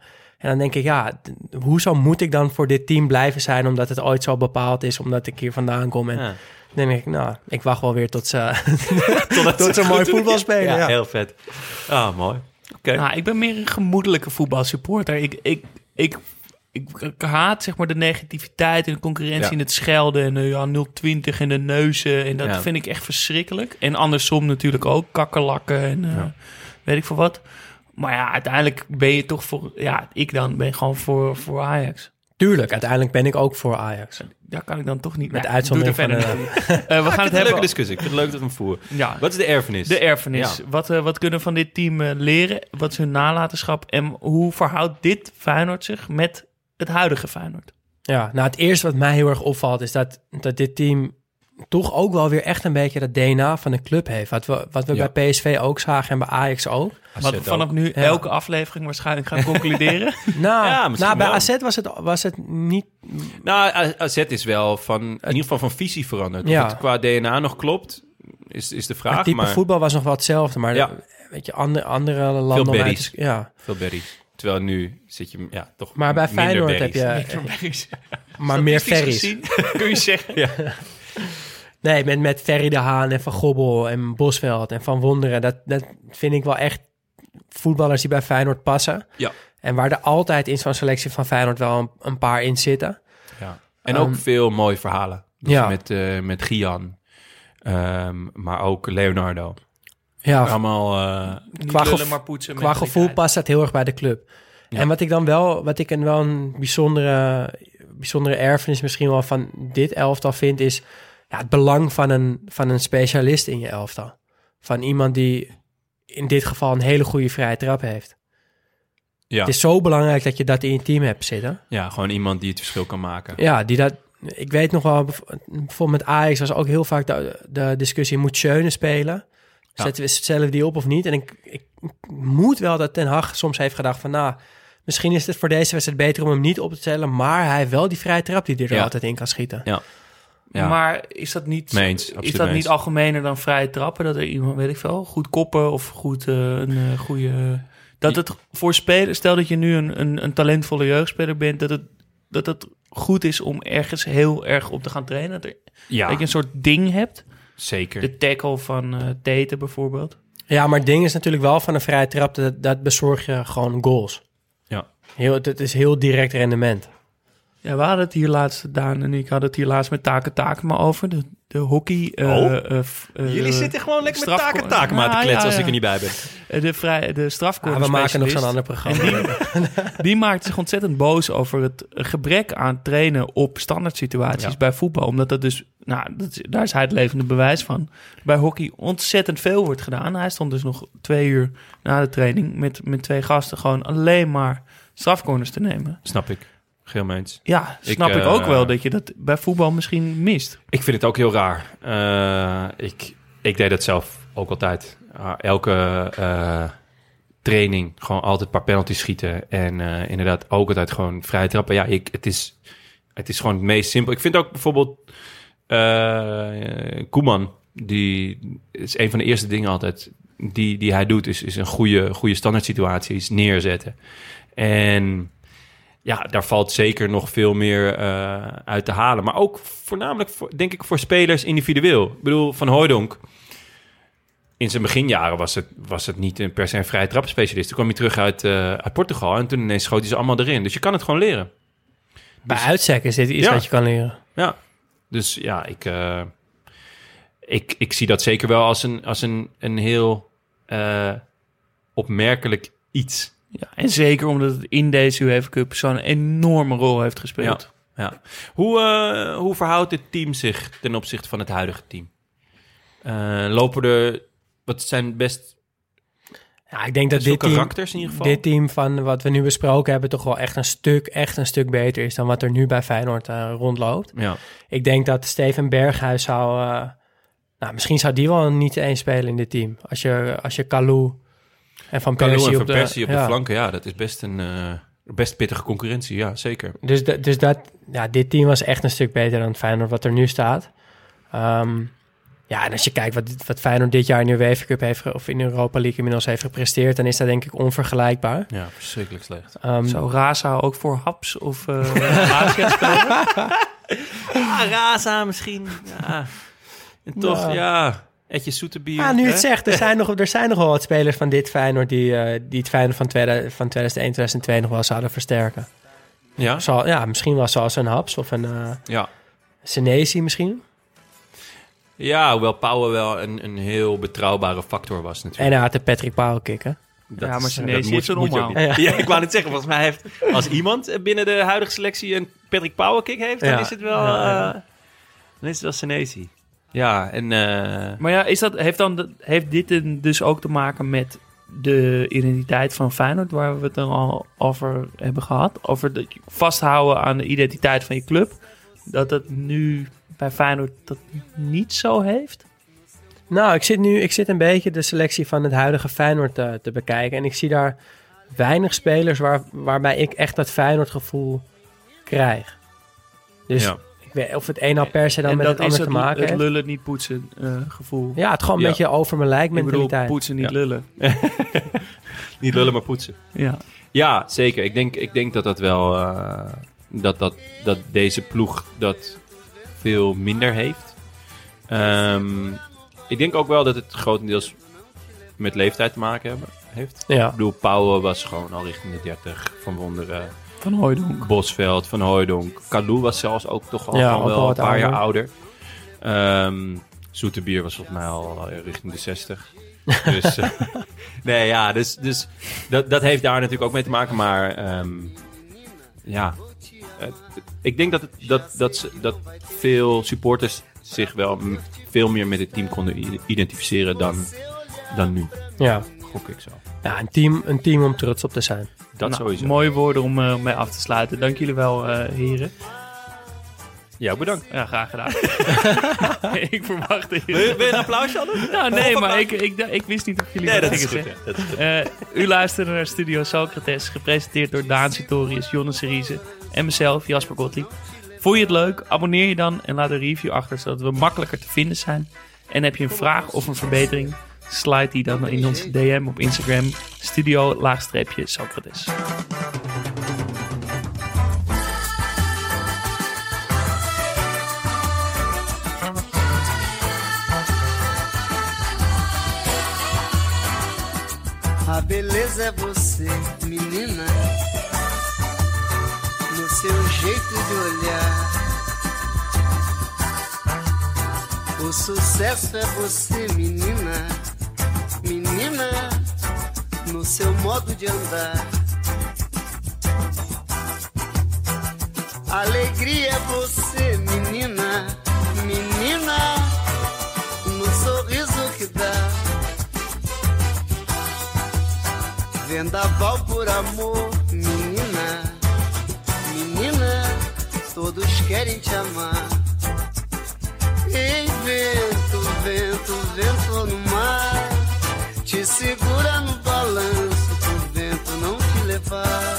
En dan denk ik, ja, d- hoezo moet ik dan voor dit team blijven zijn... omdat het ooit zo bepaald is, omdat ik hier vandaan kom. En Ja. dan denk ik, nou, ik wacht wel weer tot ze, Totdat tot ze goed mooi doen. voetbal spelen. Ja, Ja. heel vet. Ah, mooi. Oké. Nou, ik ben meer een gemoedelijke voetbalsupporter. Ik, ik, ik, ik, ik haat zeg maar de negativiteit en de concurrentie Ja. in het schelden en de ja, nul twintig en de neuzen. En dat Ja. vind ik echt verschrikkelijk. En andersom natuurlijk ook, kakkerlakken en uh, Ja. weet ik veel wat. Maar ja, uiteindelijk ben je toch voor... Ja, ik dan ben gewoon voor, voor Ajax. Tuurlijk, uiteindelijk ben ik ook voor Ajax. Daar kan ik dan toch niet... Met Nou, uitzondering doe er van verder de- niet toe. Uh, we Ja, gaan ik vind het een hebben... leuke discussie. Ik vind het leuk dat we hem voeren. Ja. Wat is de erfenis? De erfenis. Ja. Wat, uh, wat kunnen we van dit team uh, leren? Wat is hun nalatenschap? En hoe verhoudt dit Feyenoord zich met het huidige Feyenoord? Ja, nou het eerste wat mij heel erg opvalt is dat, dat dit team toch ook wel weer echt een beetje dat D N A van de club heeft. Wat we, wat we Ja. bij P S V ook zagen en bij Ajax ook. Wat we vanaf nu Ja. elke aflevering waarschijnlijk gaan concluderen. Nou, Ja, misschien nou bij wel. A Z was het, was het niet... Nou, A Z is wel van, in ieder geval van visie veranderd. Ja. Of het qua D N A nog klopt, is, is de vraag. Het type maar voetbal was nog wel hetzelfde, maar Ja. de- weet je, andere, andere landen... om uit berries. te- Ja, veel berries. Terwijl nu zit je, ja, toch maar bij minder Feyenoord heb berries. je... Berries. Maar meer Statistisch ferries. gezien, kun je zeggen. Ja. Nee, met, met Ferry de Haan en Van Gobbel en Bosveld en Van Wonderen. Dat, dat vind ik wel echt voetballers die bij Feyenoord passen. Ja. En waar er altijd in zo'n selectie van Feyenoord wel een, een paar in zitten. Ja. En ook Um, veel mooie verhalen. Dus ja. Met, uh, met Gian, um, maar ook Leonardo. Ja, Allemaal... Uh, Niet Qua lullen, gev- maar poetsen. qua gevoel mentaliteit. past dat heel erg bij de club. Ja. En wat ik dan wel, wat ik een wel een bijzondere, bijzondere erfenis misschien wel van dit elftal vind, is ja, het belang van een, van een specialist in je elftal. Van iemand die in dit geval een hele goede vrije trap heeft. ja. Het is zo belangrijk dat je dat in je team hebt zitten. ja, gewoon iemand die het verschil kan maken. Ja, die dat. Ik weet nog wel, bev- bijvoorbeeld met Ajax was ook heel vaak de, de discussie: moet Schöne spelen? Ja. Zetten we, stellen we die op of niet? En ik, ik moet wel dat Ten Hag soms heeft gedacht van, nou, misschien is het voor deze wedstrijd beter om hem niet op te stellen, maar hij heeft wel die vrije trap die hij er Ja. altijd in kan schieten. Ja. Ja. Maar is dat niet, Mee eens, is absoluut dat mee niet eens. algemener dan vrije trappen? Dat er iemand, weet ik veel, goed koppen of goed uh, een uh, goede... Dat het voor spelers, stel dat je nu een, een, een talentvolle jeugdspeler bent, dat het, dat het goed is om ergens heel erg op te gaan trainen. Dat, er, Ja. dat je een soort ding hebt. Zeker. De tackle van uh, Tete bijvoorbeeld. Ja, maar het ding is natuurlijk wel van een vrije trap, dat, dat bezorg je gewoon goals. Ja. Heel, het is heel direct rendement. Ja, we hadden het hier laatst, Daan en ik hadden het hier laatst met Take Takema over. De, de hockey... Uh, Oh. uh, f- uh, Jullie zitten gewoon lekker met strafco- taken taken maar te Ja, kletsen ja, als ja. ik er niet bij ben. Uh, De, vrij, de strafcorner Ah, we maken nog zo'n specialist. ander programma. En die, die maakt zich ontzettend boos over het gebrek aan trainen op standaard situaties Ja. bij voetbal. Omdat dat dus, nou, dat is, daar is hij het levende bewijs van. Bij hockey ontzettend veel wordt gedaan. Hij stond dus nog twee uur na de training met, met twee gasten gewoon alleen maar strafcorners te nemen. Snap ik. Geel meens. Ja, snap ik, Ik, ik ook uh, wel dat je dat bij voetbal misschien mist. Ik vind het ook heel raar. Uh, ik, ik deed dat zelf ook altijd. Uh, elke uh, training gewoon altijd een paar penalties schieten. En uh, inderdaad ook altijd gewoon vrije trappen. Ja, ik, het, is, het is gewoon het meest simpel. Ik vind ook bijvoorbeeld uh, Koeman, die is een van de eerste dingen altijd die, die hij doet, is, is een goede, goede standaard situaties neerzetten. En ja, daar valt zeker nog veel meer uh, uit te halen. Maar ook voornamelijk, voor, denk ik, voor spelers individueel. Ik bedoel, Van Hooijdonk, in zijn beginjaren was het, was het niet een per se een vrije trappenspecialist. Toen kwam hij terug uit, uh, uit Portugal en toen ineens schoot hij ze allemaal erin. Dus je kan het gewoon leren. Bij dus, uitstek is dit iets ja. wat je kan leren. Ja, dus ja, ik, uh, ik, ik zie dat zeker wel als een, als een, een heel uh, opmerkelijk iets. Ja, en zeker omdat het in deze UEFA Cup zo'n enorme rol heeft gespeeld. Ja, ja. Hoe, uh, hoe verhoudt dit team zich ten opzichte van het huidige team? Uh, lopen er, wat zijn best... Ja, ik denk dat dit karakters team, in ieder geval? dit team van wat we nu besproken hebben toch wel echt een stuk, echt een stuk beter is dan wat er nu bij Feyenoord uh, rondloopt. Ja. Ik denk dat Steven Berghuis zou, uh, nou misschien zou die wel niet eens spelen in dit team. Als je, als je Kalou en Van Kalou Persie en op Van de, Persie op ja. de flanken, ja, dat is best een uh, best pittige concurrentie, ja, zeker. Dus, de, dus dat, ja, dit team was echt een stuk beter dan Feyenoord wat er nu staat. Um, Ja, en als je kijkt wat, wat Feyenoord dit jaar in de UEFA Cup heeft... of in de Europa League inmiddels heeft gepresteerd... dan is dat denk ik onvergelijkbaar. Ja, verschrikkelijk slecht. Um, Zou Raza ook voor Haps of uh, Asia spelen? ah, Raza misschien. Ja. En toch, ja... ja Etje Soeterbier. Ja, nu hè? het zegt, er zijn, nog, er zijn nog wel wat spelers van dit Feyenoord... die, uh, die het Feyenoord van, tweede, van tweeduizend één, tweeduizend twee nog wel zouden versterken. Ja? Zal, ja, misschien wel zoals een Haps of een uh, ja. Senesi misschien. Ja, hoewel Pauwen wel een, een heel betrouwbare factor was natuurlijk. En hij had de Patrick Pauwen kicken. Dat ja, maar Senesi heeft een omhaal. Ja. ja, ik wou net zeggen, volgens mij heeft... als iemand binnen de huidige selectie een Patrick Pauwen kick heeft... dan ja. is het wel... Ja, ja. Uh, dan is het wel Senesi. Ja, en... Uh... Maar ja, is dat, heeft, dan de, heeft dit dus ook te maken met de identiteit van Feyenoord... waar we het dan al over hebben gehad? Over het vasthouden aan de identiteit van je club. Dat het nu bij Feyenoord dat niet zo heeft? Nou, ik zit nu ik zit een beetje de selectie van het huidige Feyenoord te, te bekijken. En ik zie daar weinig spelers waar, waarbij ik echt dat Feyenoord gevoel krijg. Dus... Ja. Of het een al per se dan en met het ander te maken heeft. En dat is het lullen niet poetsen uh, gevoel. Ja, het gewoon een ja. beetje over mijn lijk mentaliteit. Ik bedoel, poetsen niet ja. lullen. Niet lullen, maar poetsen. Ja, ja zeker. Ik denk, ik denk dat dat wel... Uh, dat, dat, dat deze ploeg dat veel minder heeft. Um, ik denk ook wel dat het grotendeels met leeftijd te maken hebben, heeft. Ja. Ik bedoel, Pauwen was gewoon al richting de dertig. Van Wonderen... Van Hooijdonk. Bosveld, Van Hooijdonk. Kalou was zelfs ook toch al, ja, al wel, wel een paar ouder. jaar ouder. Um, Zoeterbier was volgens mij al richting de zestig. Dus, uh, nee, ja, dus, dus dat, dat heeft daar natuurlijk ook mee te maken. Maar um, ja, uh, ik denk dat, het, dat, dat, ze, dat veel supporters zich wel m- veel meer met het team konden identificeren dan, dan nu. Ja. Gok ik zo. Ja, een team, een team om trots op te zijn. Dat nou, sowieso. Mooie woorden om uh, mee af te sluiten. Dank jullie wel, uh, heren. Ja, bedankt. Ja, graag gedaan. ik verwachtte... Wil je, wil je een applausje al doen? Nou, nee, maar ik, ik, ik wist niet of jullie nee, dat dat gingen is goed, zeggen. Ja, dat is goed. Uh, u luisterde naar Studio Socrates, gepresenteerd door Daan Sitorius, Jonne Seriese en mezelf, Jasper Gottlieb. Vond je het leuk? Abonneer je dan en laat een review achter, zodat we makkelijker te vinden zijn. En heb je een vraag of een verbetering? Slide die dan in onze D M op Instagram, studio laagstreepje Socrates. A beleza é você, menina, no seu jeito de olhar. O sucesso é você, menina, menina, no seu modo de andar. Alegria é você, menina, menina, no sorriso que dá. Vendaval por amor, menina, menina, todos querem te amar. Ei, vento, vento, vento no mar, te segura no balanço, pro vento não te levar.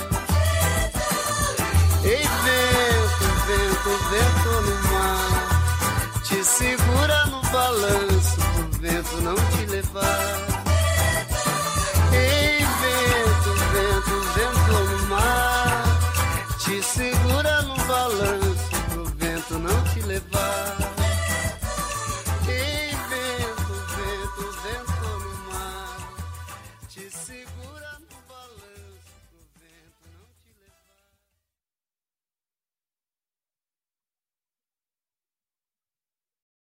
Ei, vento, vento, vento no mar, te segura no balanço, pro vento não te levar.